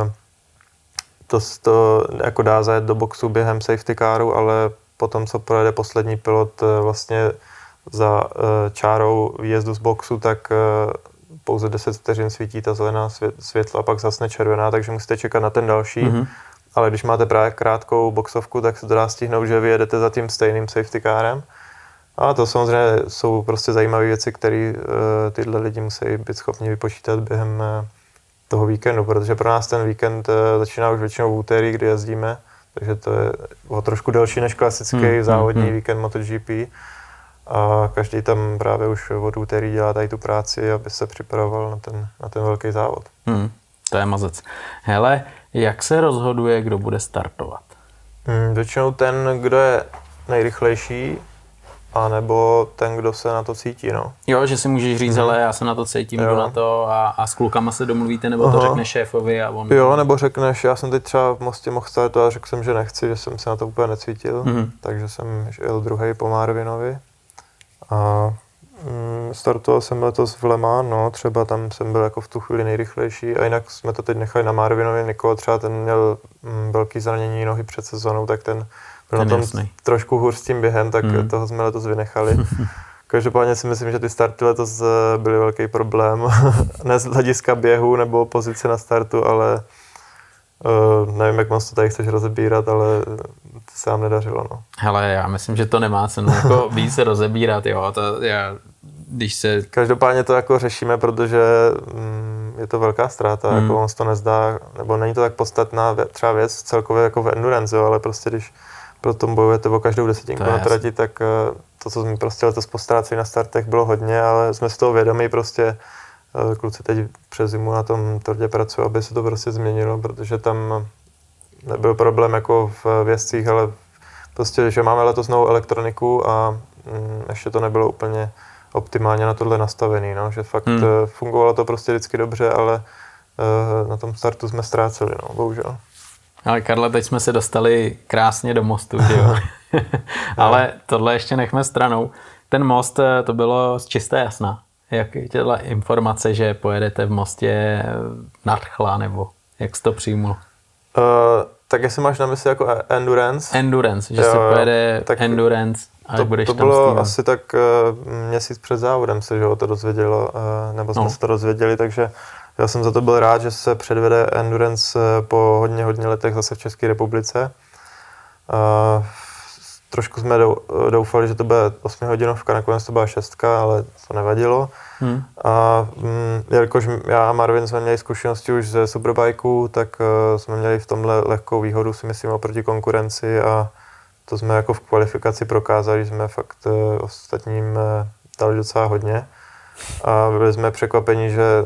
to jako dá zajet do boxu během safety caru, ale potom, co projede poslední pilot vlastně za čárou výjezdu z boxu, tak pouze 10 vteřin svítí ta zelená světla a pak zasne červená, takže musíte čekat na ten další. Ale když máte právě krátkou boxovku, tak se to dá stihnout, že vyjedete za tím stejným safety carem. A to samozřejmě jsou prostě zajímavé věci, které tyhle lidi musí být schopni vypočítat během toho víkendu, protože pro nás ten víkend začíná už většinou v úterý, kdy jezdíme, takže to je o trošku delší než klasický závodní víkend MotoGP. A každý tam právě už od úterý dělá tady tu práci, aby se připravoval na ten velký závod. To je mazec. Hele, jak se rozhoduje, kdo bude startovat? Většinou ten, kdo je nejrychlejší, a nebo ten, kdo se na to cítí, no. Jo, že si můžeš říct, ale já se na to cítím, jdu na to a s klukama se domluvíte, nebo to řekne šéfovi a on... Jo, nebo řekneš, já jsem teď třeba v Mostě mohl startovat a řekl jsem, že nechci, že jsem se na to úplně necítil, takže jsem jel druhý po Marvinovi a startoval jsem letos v Le Mans, no, třeba tam jsem byl jako v tu chvíli nejrychlejší a jinak jsme to teď nechali na Marvinovi, Nikola třeba ten měl velký zranění nohy před sezónou, tak ten byl na tom trošku hůř s tím během, tak toho jsme letos vynechali. Každopádně si myslím, že ty starty letos byly velký problém. Ne z hlediska běhu nebo pozice na startu, ale nevím, jak moc to tady chceš rozebírat, ale to se nám nedařilo. No. Hele, já myslím, že to nemá cenu jako víc rozebírat, jo. Když se... Každopádně to jako řešíme, protože je to velká ztráta, jako on se to nezdá, nebo není to tak podstatná třeba věc celkově jako v endurance, jo, ale prostě když pro tom bojujete o každou desetinku na trati, tak to, co jsme prostě letos postráceli na startech, bylo hodně, ale jsme z toho vědomí, prostě kluci teď přes zimu na tom tvrdě pracují, aby se to prostě změnilo, protože tam nebyl problém jako v vězcích, ale prostě, že máme letos novou elektroniku a ještě to nebylo úplně optimálně na tohle nastavený, no, že fakt fungovalo to prostě vždycky dobře, ale na tom startu jsme ztráceli, no, bohužel. Ale Karle, teď jsme se dostali krásně do mostu, že jo? Ale tohle ještě nechme stranou. Ten most, to bylo z čisté jasna. Jak je těla informace, že pojedete v mostě nadchla, nebo jak jsi to přijmul? Tak jestli máš na mysli jako endurance? Endurance, že se pojede endurance a budeš to tam bylo stývat. asi tak měsíc před závodem se, že to dozvědělo, nebo jsme se to dozvěděli, takže já jsem za to byl rád, že se předvede endurance po hodně letech zase v České republice. Trošku jsme doufali, že to bude 8 hodinovka, nakonec to byla 6, ale to nevadilo. A jelikož já a Marvin jsme měli zkušenosti už ze superbikeů, tak jsme měli v tomhle lehkou výhodu, si myslím, oproti konkurenci a to jsme jako v kvalifikaci prokázali, že jsme fakt ostatním dali docela hodně. A byli jsme překvapeni, že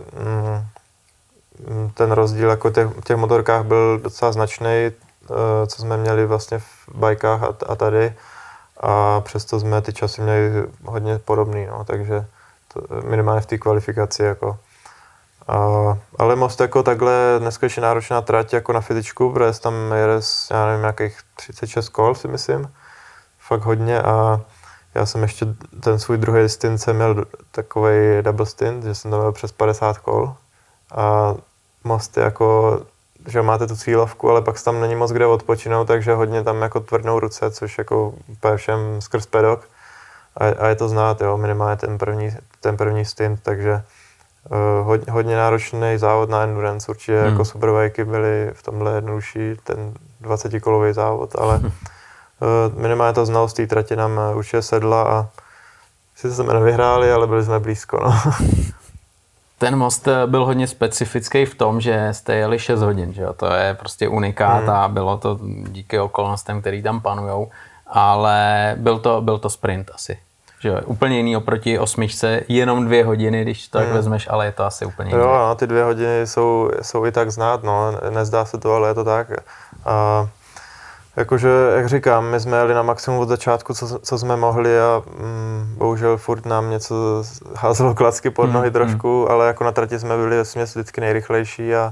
ten rozdíl jako těch motorkách byl docela značný, co jsme měli vlastně v bajkách a tady. A přesto jsme ty časy měli hodně podobný, no, takže to minimálně v té kvalifikaci. Jako. Ale most jako takhle neskutečně náročná trať jako na fyzičku, protože tam jede já nevím, nějakých 36 kol si myslím, fakt hodně a já jsem ještě ten svůj druhý stint měl takovej double stint, že jsem tam měl přes 50 kol a most je jako, že máte tu cílovku, ale pak tam není moc kde odpočinout, takže hodně tam jako tvrdnou ruce, což jako úplně všem skrz pedok a je to znát, jo, minimálně ten první stint, takže hodně náročný závod na endurance, určitě jako superbajky byly v tomhle jednodušší, ten 20-kolový závod, ale minimálně ta znalost té trati nám určitě sedla a sice jsme nevyhráli, ale byli jsme blízko, no. Ten most byl hodně specifický v tom, že jste jeli 6 hodin, že jo? To je prostě unikát a bylo to díky okolnostem, který tam panujou, ale byl to sprint asi. Že jo? Úplně jiný oproti 8, jenom 2 hodiny, když to tak vezmeš, ale je to asi úplně jiný. Jo, no, ty 2 hodiny jsou i tak znát, no, nezdá se to, ale je to tak. A jakože, jak říkám, my jsme jeli na maximum od začátku, co jsme mohli a bohužel furt nám něco házelo klacky pod nohy trošku, ale jako na trati jsme byli vždycky nejrychlejší a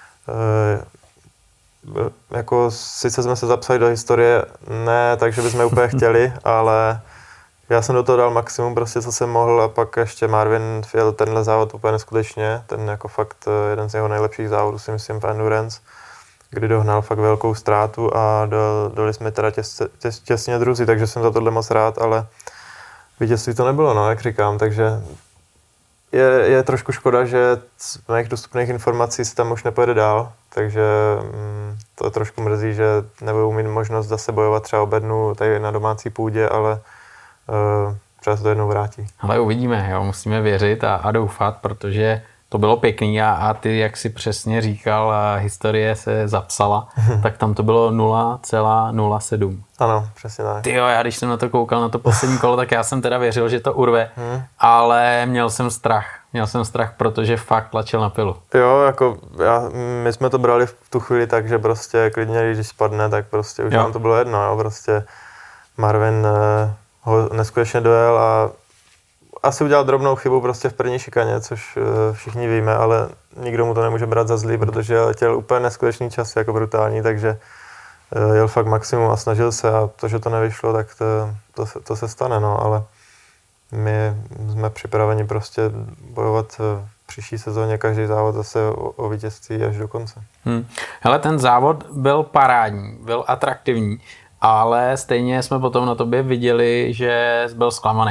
jako sice jsme se zapsali do historie, ne takže bychom úplně chtěli, ale já jsem do toho dal maximum prostě, co jsem mohl a pak ještě Marvin jel tenhle závod úplně neskutečně, ten jako fakt jeden z jeho nejlepších závodů si myslím v endurance, kdy dohnal fakt velkou ztrátu a dali jsme teda těsně druzí, takže jsem za tohle moc rád, ale vítězství to nebylo, no, jak říkám, takže je trošku škoda, že z mých dostupných informací se tam už nepojede dál, takže to trošku mrzí, že nebudou mít možnost zase bojovat třeba o bednu tady na domácí půdě, ale třeba se to jednou vrátí. Ale uvidíme, jo, musíme věřit a doufat, protože to bylo pěkný a ty, jak si přesně říkal, historie se zapsala, tak tam to bylo 0,07. Ano, přesně tak. Tyjo, já když jsem na to koukal, na to poslední kolo, tak já jsem teda věřil, že to urve, ale měl jsem strach, protože fakt tlačil na pilu. Jo, jako my jsme to brali v tu chvíli tak, že prostě klidně, když spadne, tak prostě už nám to bylo jedno, jo, prostě Marvin ho neskutečně dojel a asi udělal drobnou chybu prostě v první šikaně, což všichni víme, ale nikdo mu to nemůže brát za zlý, protože letěl úplně neskutečný čas, jako brutální, takže jel fakt maximum a snažil se a to, že to nevyšlo, tak to se stane, no, ale my jsme připraveni prostě bojovat v příští sezóně každý závod zase o vítězství až do konce. Hele, ten závod byl parádní, byl atraktivní, ale stejně jsme potom na tobě viděli, že jsi byl zklamaný.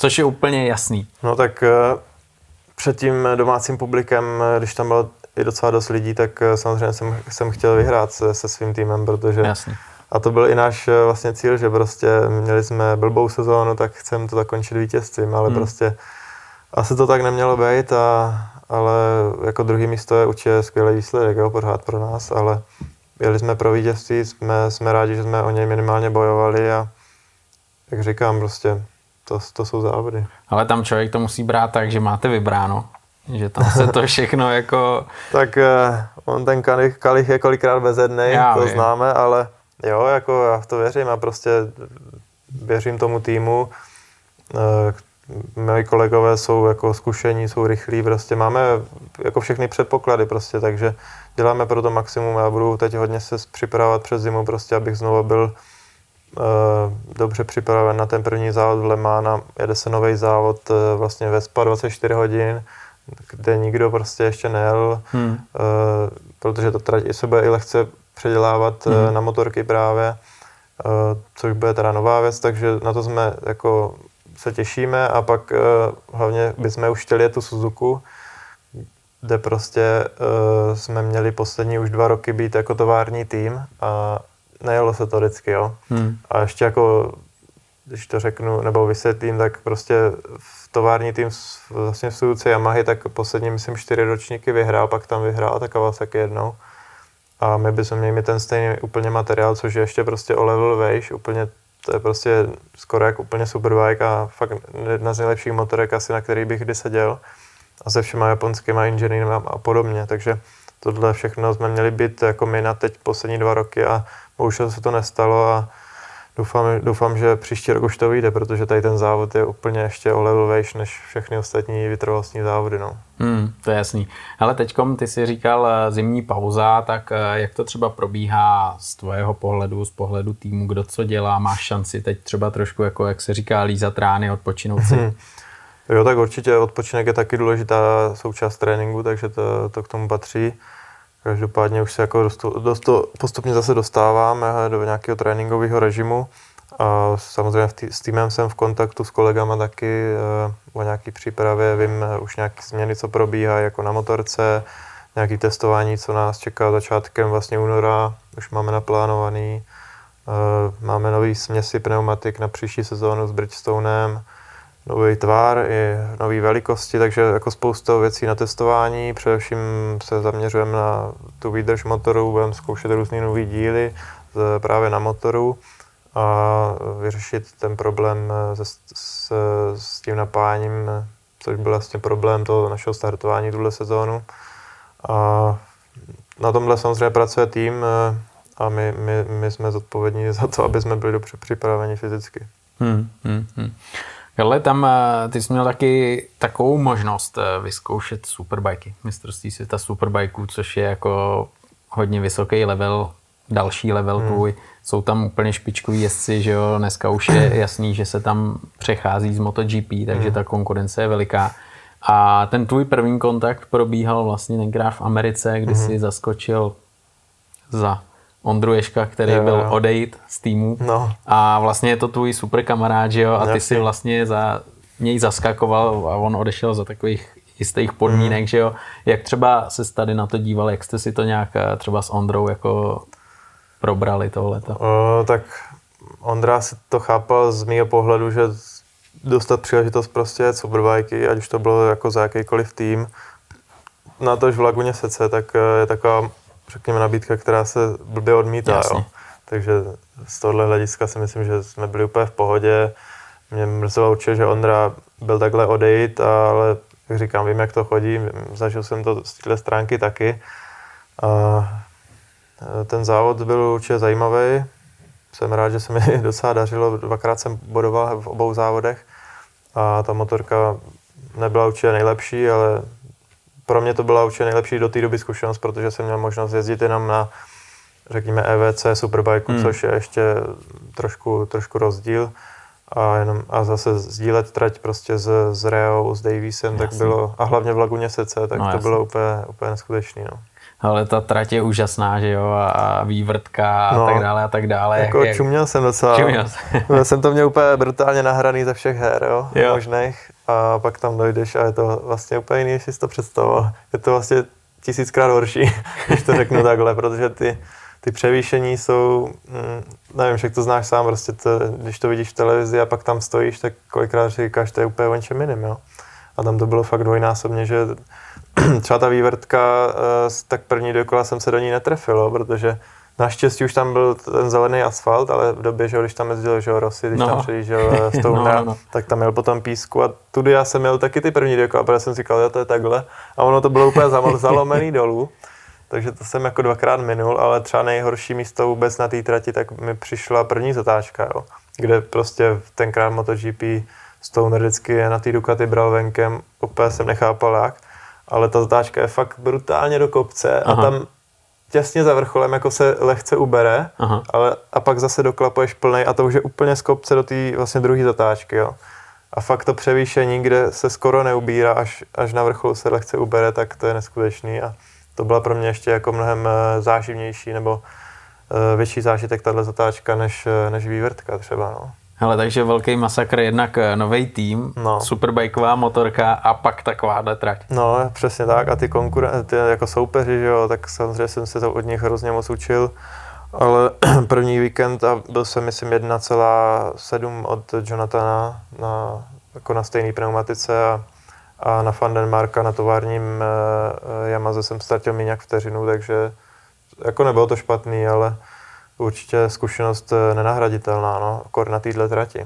Což je úplně jasný. No tak před tím domácím publikem, když tam bylo i docela dost lidí, tak samozřejmě jsem chtěl vyhrát se svým týmem, protože... Jasný. A to byl i náš vlastně cíl, že prostě měli jsme blbou sezónu, tak chceme to zakončit vítězstvím, ale prostě asi to tak nemělo být, ale jako druhý místo je určitě skvělý výsledek, jo, pořád pro nás, ale jeli jsme pro vítězství, jsme rádi, že jsme o něj minimálně bojovali a jak říkám, prostě to jsou závody. Ale tam člověk to musí brát tak, že máte vybráno, že tam se to všechno jako... Tak on ten kalich je kolikrát bezednej, to známe, ale jo, jako já v to věřím a prostě věřím tomu týmu. Moji kolegové jsou jako zkušení, jsou rychlí, prostě máme jako všechny předpoklady prostě, takže děláme pro to maximum. Já budu teď hodně se připravovat přes zimu prostě, abych znovu byl dobře připraven na ten první závod v Le Mans. Jede se nový závod vlastně ve SPA 24 hodin, kde nikdo prostě ještě nejel, protože to trať se bude i lehce předělávat na motorky právě, což bude teda nová věc, takže na to jsme jako se těšíme a pak hlavně bychom už chtěli tu Suzuku, kde prostě jsme měli poslední už 2 roky být jako tovární tým a nejelo se to vždycky, jo. A ještě jako, když to řeknu nebo vysvětlím, tak prostě tovární tým vlastně v Suzuce Yamahy, tak poslední, myslím, 4 ročníky vyhrál, pak tam vyhrál ta Kawasaki jednou. A my bychom měli mít ten stejný úplně materiál, což je ještě prostě o level vejš, úplně, to je prostě skoro jak úplně superbike a fakt jedna z nejlepších motorek asi, na který bych kdy seděl. A se všema japonskýma inženýrama a podobně, takže tohle všechno jsme měli být jako my na teď poslední 2 roky a bohužel se to nestalo a doufám, že příští rok už to vyjde, protože tady ten závod je úplně ještě o level vejš než všechny ostatní vytrvalostní závody. No. To je jasný. Ale teďkom ty jsi říkal zimní pauza, tak jak to třeba probíhá z tvého pohledu, z pohledu týmu, kdo co dělá, máš šanci teď třeba trošku, jako jak se říká, lízat rány, odpočinout si? Jo, tak určitě odpočinek je taky důležitá součást tréninku, takže to k tomu patří. Každopádně už se jako dost postupně zase dostáváme do nějakého tréninkového režimu. A samozřejmě s týmem jsem v kontaktu s kolegama taky o nějaké přípravě, vím už nějaké změny, co probíhají jako na motorce, nějaké testování, co nás čeká začátkem vlastně února, už máme naplánovaný. Máme nový směsi pneumatik na příští sezónu s Bridgestonem, nový tvar i nový velikosti, takže jako spousta věcí na testování. Především se zaměřujeme na tu výdrž motoru, budeme zkoušet různý nový díly právě na motoru a vyřešit ten problém s tím napájením, což byl vlastně problém toho našeho startování tuhle sezónu. A na tomhle samozřejmě pracuje tým a my jsme zodpovědní za to, aby jsme byli dobře připraveni fyzicky. Karle, tam ty jsi měl taky takovou možnost vyzkoušet superbajky, mistrovství světa superbajků, což je jako hodně vysoký level, další level tvůj. Jsou tam úplně špičkoví jezdci, že jo, dneska už je jasný, že se tam přechází z MotoGP, takže ta konkurence je veliká. A ten tvůj první kontakt probíhal vlastně tenkrát v Americe, kdy jsi zaskočil za Ondru Ježka, který byl odejít z týmu. No. A vlastně je to tvůj super kamarád, že jo? A ty si vlastně za něj zaskakoval a on odešel za takových jistých podmínek, že jo? Jak třeba se tady na to díval, jak jste si to nějak třeba s Ondrou jako probrali tohleto? Tak Ondra si to chápal z mýho pohledu, že dostat příležitost prostě superbajky, ať už to bylo jako za jakýkoliv tým, natož v Laguně Sece, tak je taková, řekněme, nabídka, která se blbě odmítá. Jo. Takže z tohohle hlediska si myslím, že jsme byli úplně v pohodě. Mě mrzelo určitě, že Ondra byl takhle odejít, ale jak říkám, vím, jak to chodí, zažil jsem to z téhle stránky taky. A ten závod byl určitě zajímavý. Jsem rád, že se mi docela dařilo, 2krát jsem bodoval v obou závodech a ta motorka nebyla určitě nejlepší, ale pro mě to byla určitě nejlepší do té doby zkušenost, protože jsem měl možnost jezdit jenom na, řekněme, EVC Superbike, což je ještě trošku rozdíl. A zase sdílet trať prostě s Reou, s Daviesem, tak bylo, a hlavně v Laguně Sece, tak to bylo úplně neskutečný. No. Ale ta trať je úžasná, že jo, a vývrtka a tak dále. Jako čuměl jsem docela. Jsem to měl úplně brutálně nahraný ze všech her, jo. Možných. A pak tam dojdeš a je to vlastně úplně jiný, než jsi to představoval. Je to vlastně 1000krát horší, když to řeknu takhle, protože ty převýšení jsou, nevím, jak to znáš sám, prostě když to vidíš v televizi a pak tam stojíš, tak kolikrát říkáš, to je úplně o něčem jiným, jo. A tam to bylo fakt dvojnásobně, že třeba ta vývrtka, tak první dokola jsem se do ní netrefil, protože naštěstí už tam byl ten zelený asfalt, ale v době, že když tam jezdil, že Rossi, když tam předjížděl Stoner, tak tam jel po tom písku a tudy já jsem měl taky ty první dokola, protože jsem si říkal, to je takhle a ono to bylo úplně zalomený dolů, takže to jsem jako 2krát minul, ale třeba nejhorší místo vůbec na té trati, tak mi přišla první zatáčka, jo, kde prostě tenkrát MotoGP Stoner vždycky na té Ducati bral venkem, úplně jsem nechápal jak, ale ta zatáčka je fakt brutálně do kopce a tam těsně za vrcholem jako se lehce ubere, a pak zase doklapuješ plnej a to už je úplně z kopce do té vlastně druhé zatáčky, jo. A fakt to převýšení, kde se skoro neubírá, až na vrcholu se lehce ubere, tak to je neskutečný a to byla pro mě ještě jako mnohem záživnější nebo větší zážitek tahle zatáčka než vývrtka třeba, no. Hele, takže velký masakr, jednak nový tým, superbajková motorka a pak takováhle trať. No, přesně tak a ty jako soupeři, že jo, tak samozřejmě jsem se to od nich hrozně moc učil, ale první víkend a byl jsem, myslím, 1,7 od Jonathana jako na stejné pneumatice a na Van den Marka na továrním Yamaze jsem ztratil méně jak vteřinu, takže jako nebylo to špatný, ale určitě zkušenost nenahraditelná, no, akor na téhle trati.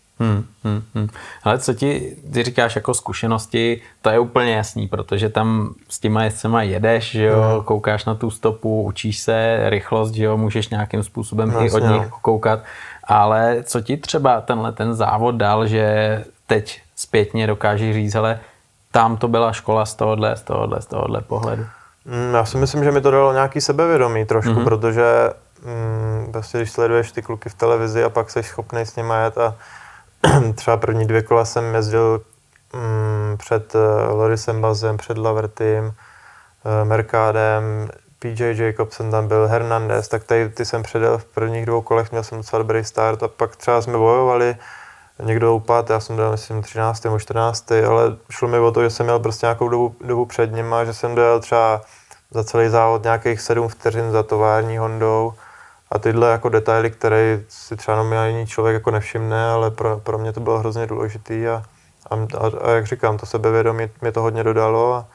Ale co ty říkáš jako zkušenosti, to je úplně jasný, protože tam s těma jezdcema jedeš, že jo, koukáš na tu stopu, učíš se rychlost, že jo, můžeš nějakým způsobem i od nich koukat, ale co ti třeba ten závod dal, že teď zpětně dokážeš říct, hele, tam to byla škola z tohohle pohledu? Já si myslím, že mi to dalo nějaký sebevědomí trošku, protože prostě když sleduješ ty kluky v televizi a pak jsi schopný s nimi jet a třeba první 2 kola jsem jezdil před Lorisem Bazem, před Lavertym, Mercadem, PJ Jacobsen tam byl, Hernandez, tak ty jsem předjel v prvních 2 kolech, měl jsem docela dobrý start a pak třeba jsme bojovali, někdo upadl, já jsem dojel myslím 13. nebo 14. ale šlo mi o to, že jsem měl prostě nějakou dobu před nima, že jsem dojel třeba za celý závod nějakých 7 vteřin za tovární Hondou a tyhle jako detaily, které si třeba normální člověk jako nevšimne, ale pro mě to bylo hrozně důležitý a jak říkám, to sebevědomí mě to hodně dodalo a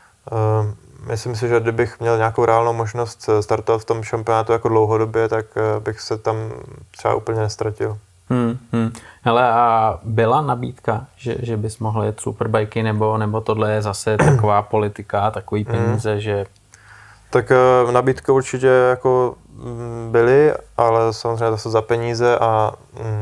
myslím si, že kdybych měl nějakou reálnou možnost startovat v tom šampionátu jako dlouhodobě, tak bych se tam třeba úplně nestratil. Hele, a byla nabídka, že bys mohl jet superbajky, nebo tohle je zase taková politika, takový peníze, že... Tak nabídky určitě jako byly, ale samozřejmě zase za peníze a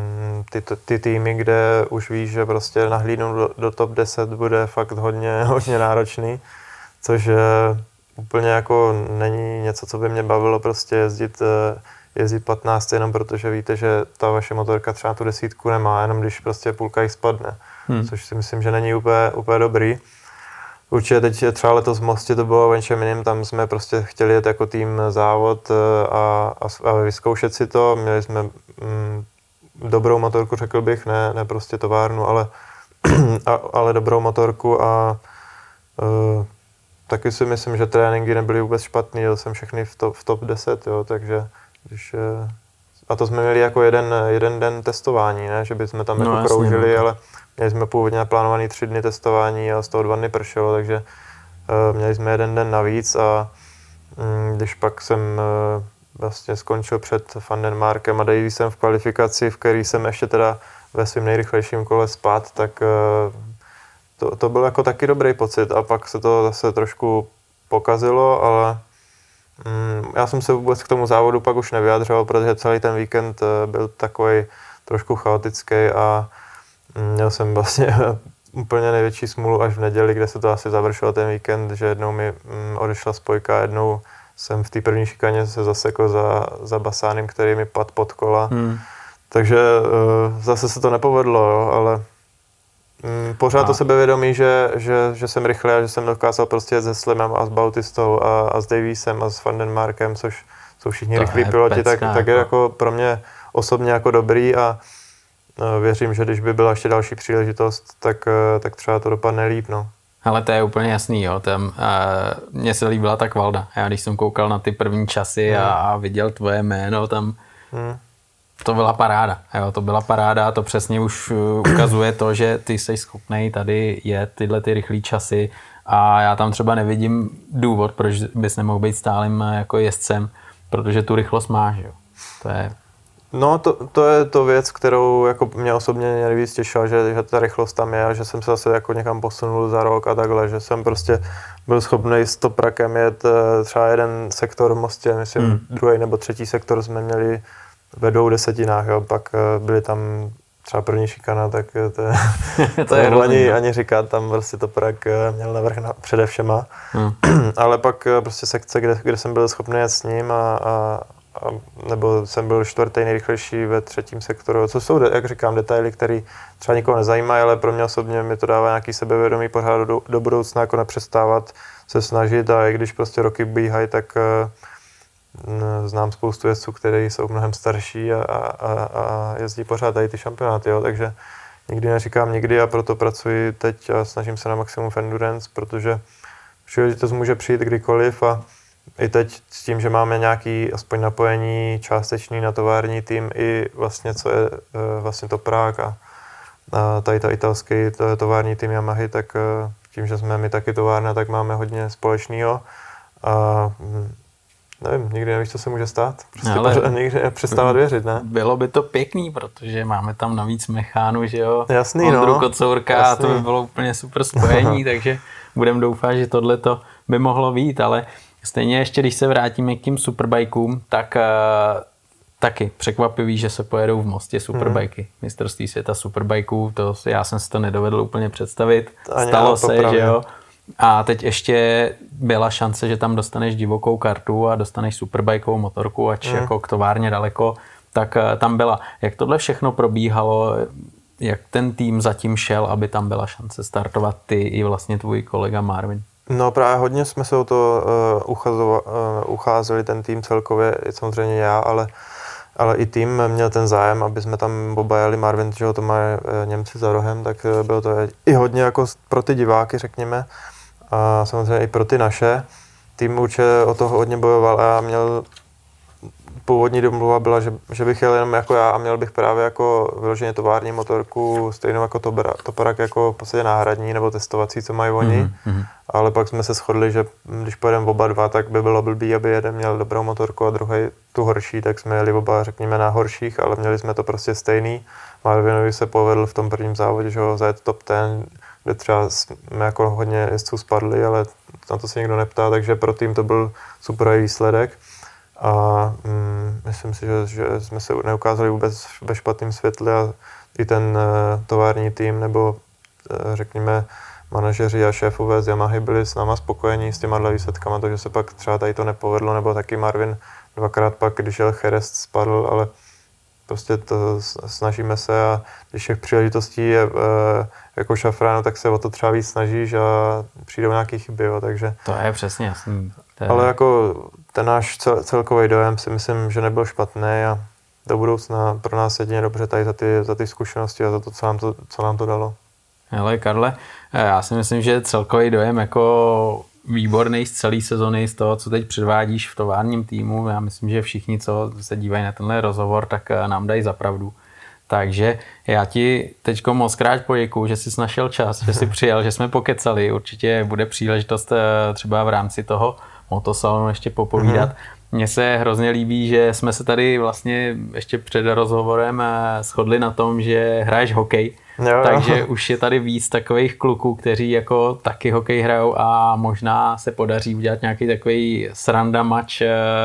ty týmy, kde už víš, že prostě nahlídnout do top 10 bude fakt hodně náročný, což úplně jako není něco, co by mě bavilo prostě jezdit 15 jenom protože víte, že ta vaše motorka třeba tu 10 nemá, jenom když prostě půlka jich spadne, což si myslím, že není úplně dobrý. Určitě teď třeba letos v Mostě to bylo o něčem jiným, tam jsme prostě chtěli jet jako tým závod a vyzkoušet si to. Měli jsme dobrou motorku, řekl bych, ne prostě továrnu, ale dobrou motorku a taky si myslím, že tréninky nebyly vůbec špatný, jel jsem všechny v top 10, jo, takže a to jsme měli jako jeden den testování, ne, že bychom tam jako kroužili, ale měli jsme původně naplánovaný 3 dny testování a z toho 2 dny pršelo, takže měli jsme 1 den navíc a když pak jsem vlastně skončil před Van den Markem a když jsem v kvalifikaci, v který jsem ještě teda ve svým nejrychlejším kole spadl, tak to byl jako taky dobrý pocit a pak se to zase trošku pokazilo, ale já jsem se vůbec k tomu závodu pak už nevyjadřoval, protože celý ten víkend byl takový trošku chaotický a měl jsem vlastně úplně největší smůlu až v neděli, kde se to asi završilo ten víkend, že jednou mi odešla spojka, jednou jsem v té první šikaně se zasekl za Basánem, který mi padl pod kola. Takže zase se to nepovedlo, jo, ale Pořád to sebevědomí, že jsem rychlý a že jsem dokázal prostě jet se Slimem a s Bautistou a s Daviesem a s Van den Markem, což jsou všichni rychlí piloti, tak je jako pro mě osobně jako dobrý a věřím, že když by byla ještě další příležitost, tak třeba to dopadne líp, no. Ale to je úplně jasný, jo. Mně se líbila ta Kvalda. Já když jsem koukal na ty první časy a viděl tvoje jméno tam, to byla paráda. Jo, to byla paráda a to přesně už ukazuje to, že ty jsi schopnej tady jet tyhle ty rychlý časy a já tam třeba nevidím důvod, proč bys nemohl být stálým jako jezdcem, protože tu rychlost máš, jo. To je... No, to je to věc, kterou jako mě osobně nejvíc těšila, že ta rychlost tam je a že jsem se zase jako někam posunul za rok a takhle, že jsem prostě byl schopný s Toprakem jet třeba jeden sektor v Mostě, myslím druhý nebo třetí sektor jsme měli ve 2 desetinách, jo, pak byly tam třeba první šikana, tak to je ani říkat, tam prostě Toprak měl navrch přede všema, ale pak prostě sekce, kde jsem byl schopný jet s ním nebo jsem byl 4. nejrychlejší ve 3. sektoru, co jsou, jak říkám, detaily, které třeba nikoho nezajímají, ale pro mě osobně mi to dává nějaký sebevědomí pořád do budoucna, jako nepřestávat se snažit a i když prostě roky bíhají, tak znám spoustu jezdců, kteří jsou mnohem starší a jezdí pořád tady ty šampionáty, jo, takže nikdy neříkám nikdy a proto pracuji teď a snažím se na maximum v endurance, protože příležitost může přijít kdykoliv a i teď s tím, že máme nějaký aspoň napojení částečný na tovární tým i vlastně, co je vlastně Toprak a tady ta italský tovární tým Yamahy, tak tím, že jsme my taky továrna, tak máme hodně společného a nevím, nikdy nevíš, co se může stát. Prostě ale nikdy přestávat věřit, ne? Bylo by to pěkný, protože máme tam navíc mechánu, že jo? Jasný, Ondru Kocourka a to by bylo úplně super spojení, takže budeme doufat, že tohleto by mohlo být, ale stejně ještě, když se vrátíme k tím superbajkům, tak taky překvapivý, že se pojedou v Mostě superbajky. Mistrovství světa superbajků, já jsem si to nedovedl úplně představit. Stalo se, že jo. A teď ještě byla šance, že tam dostaneš divokou kartu a dostaneš superbajkovou motorku, ač jako k továrně daleko, tak tam byla. Jak tohle všechno probíhalo, jak ten tým zatím šel, aby tam byla šance startovat ty i vlastně tvůj kolega Marvin? No právě hodně jsme se o to ucházeli, ten tým celkově, samozřejmě já, ale i tým měl ten zájem, aby jsme tam obajali Marvin, že to mají Němci za rohem, tak bylo to i hodně jako pro ty diváky, řekněme, a samozřejmě i pro ty naše. Tým určitě o toho hodně bojoval a já měl původní domluva byla, že bych jel jenom jako já a měl bych právě jako vyloženě tovární motorku, stejnou jako Toprak jako v podstatě náhradní nebo testovací, co mají oni. Ale pak jsme se shodli, že když pojedeme oba dva, tak by bylo blbý, aby jeden měl dobrou motorku a druhý tu horší, tak jsme jeli oba, řekněme, na horších, ale měli jsme to prostě stejný. Marvinovi se povedl v tom prvním závodě, že ho zajet top 10, kde třeba jsme jako hodně jezdců spadli, ale na to se nikdo neptá, takže pro tým to byl super výsledek. A myslím si, že jsme se neukázali vůbec ve špatném světle a i ten tovární tým nebo řekněme manažeři a šéfové z Yamahy byli s náma spokojení s těma výsledkama, takže se pak třeba tady to nepovedlo, nebo taky Marvin dvakrát pak, když jel Jerez, spadl, ale prostě to snažíme se a když těch příležitostí je jako šafránu, tak se o to třeba víc snažíš a přijdou nějaké chyby, jo, takže... To je přesně jasný. Ale jako ten náš celkový dojem si myslím, že nebyl špatný a do budoucna pro nás jedině dobře tady za ty zkušenosti a za to, co nám to dalo. Hele Karle, já si myslím, že celkový dojem jako výborný z celé sezony, z toho, co teď předvádíš v továrním týmu. Já myslím, že všichni, co se dívají na tenhle rozhovor, tak nám dají za pravdu. Takže já ti teďko moc krát poděkuju, že jsi našel čas, že jsi přijel, že jsme pokecali. Určitě bude příležitost třeba v rámci toho motosalonu ještě popovídat. Mně se hrozně líbí, že jsme se tady vlastně ještě před rozhovorem shodli na tom, že hraješ hokej. Jo. Takže už je tady víc takových kluků, kteří jako taky hokej hrajou a možná se podaří udělat nějaký takový sranda match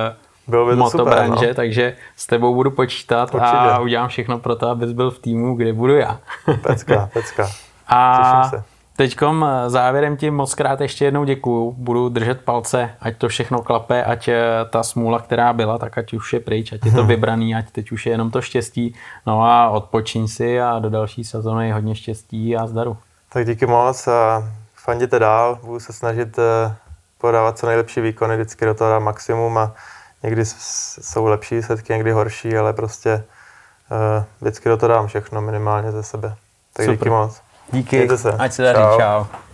motobranže, no. Takže s tebou budu počítat a udělám všechno pro to, abys byl v týmu, kde budu já. Pecka. A těším se. Teďkom závěrem ti moc krát ještě jednou děkuju. Budu držet palce, ať to všechno klape, ať ta smůla, která byla, tak ať už je pryč, ať je to vybraný, ať teď už je jenom to štěstí. No a odpočiň si a do další sezóny hodně štěstí a zdaru. Tak díky moc a fanděte dál. Budu se snažit podávat co nejlepší výkony, vždycky do toho dám maximum a někdy jsou lepší výsledky, někdy horší, ale prostě vždycky do toho dám všechno minimálně ze sebe. Tak super. Díky moc. Díky, ať se daří, čau.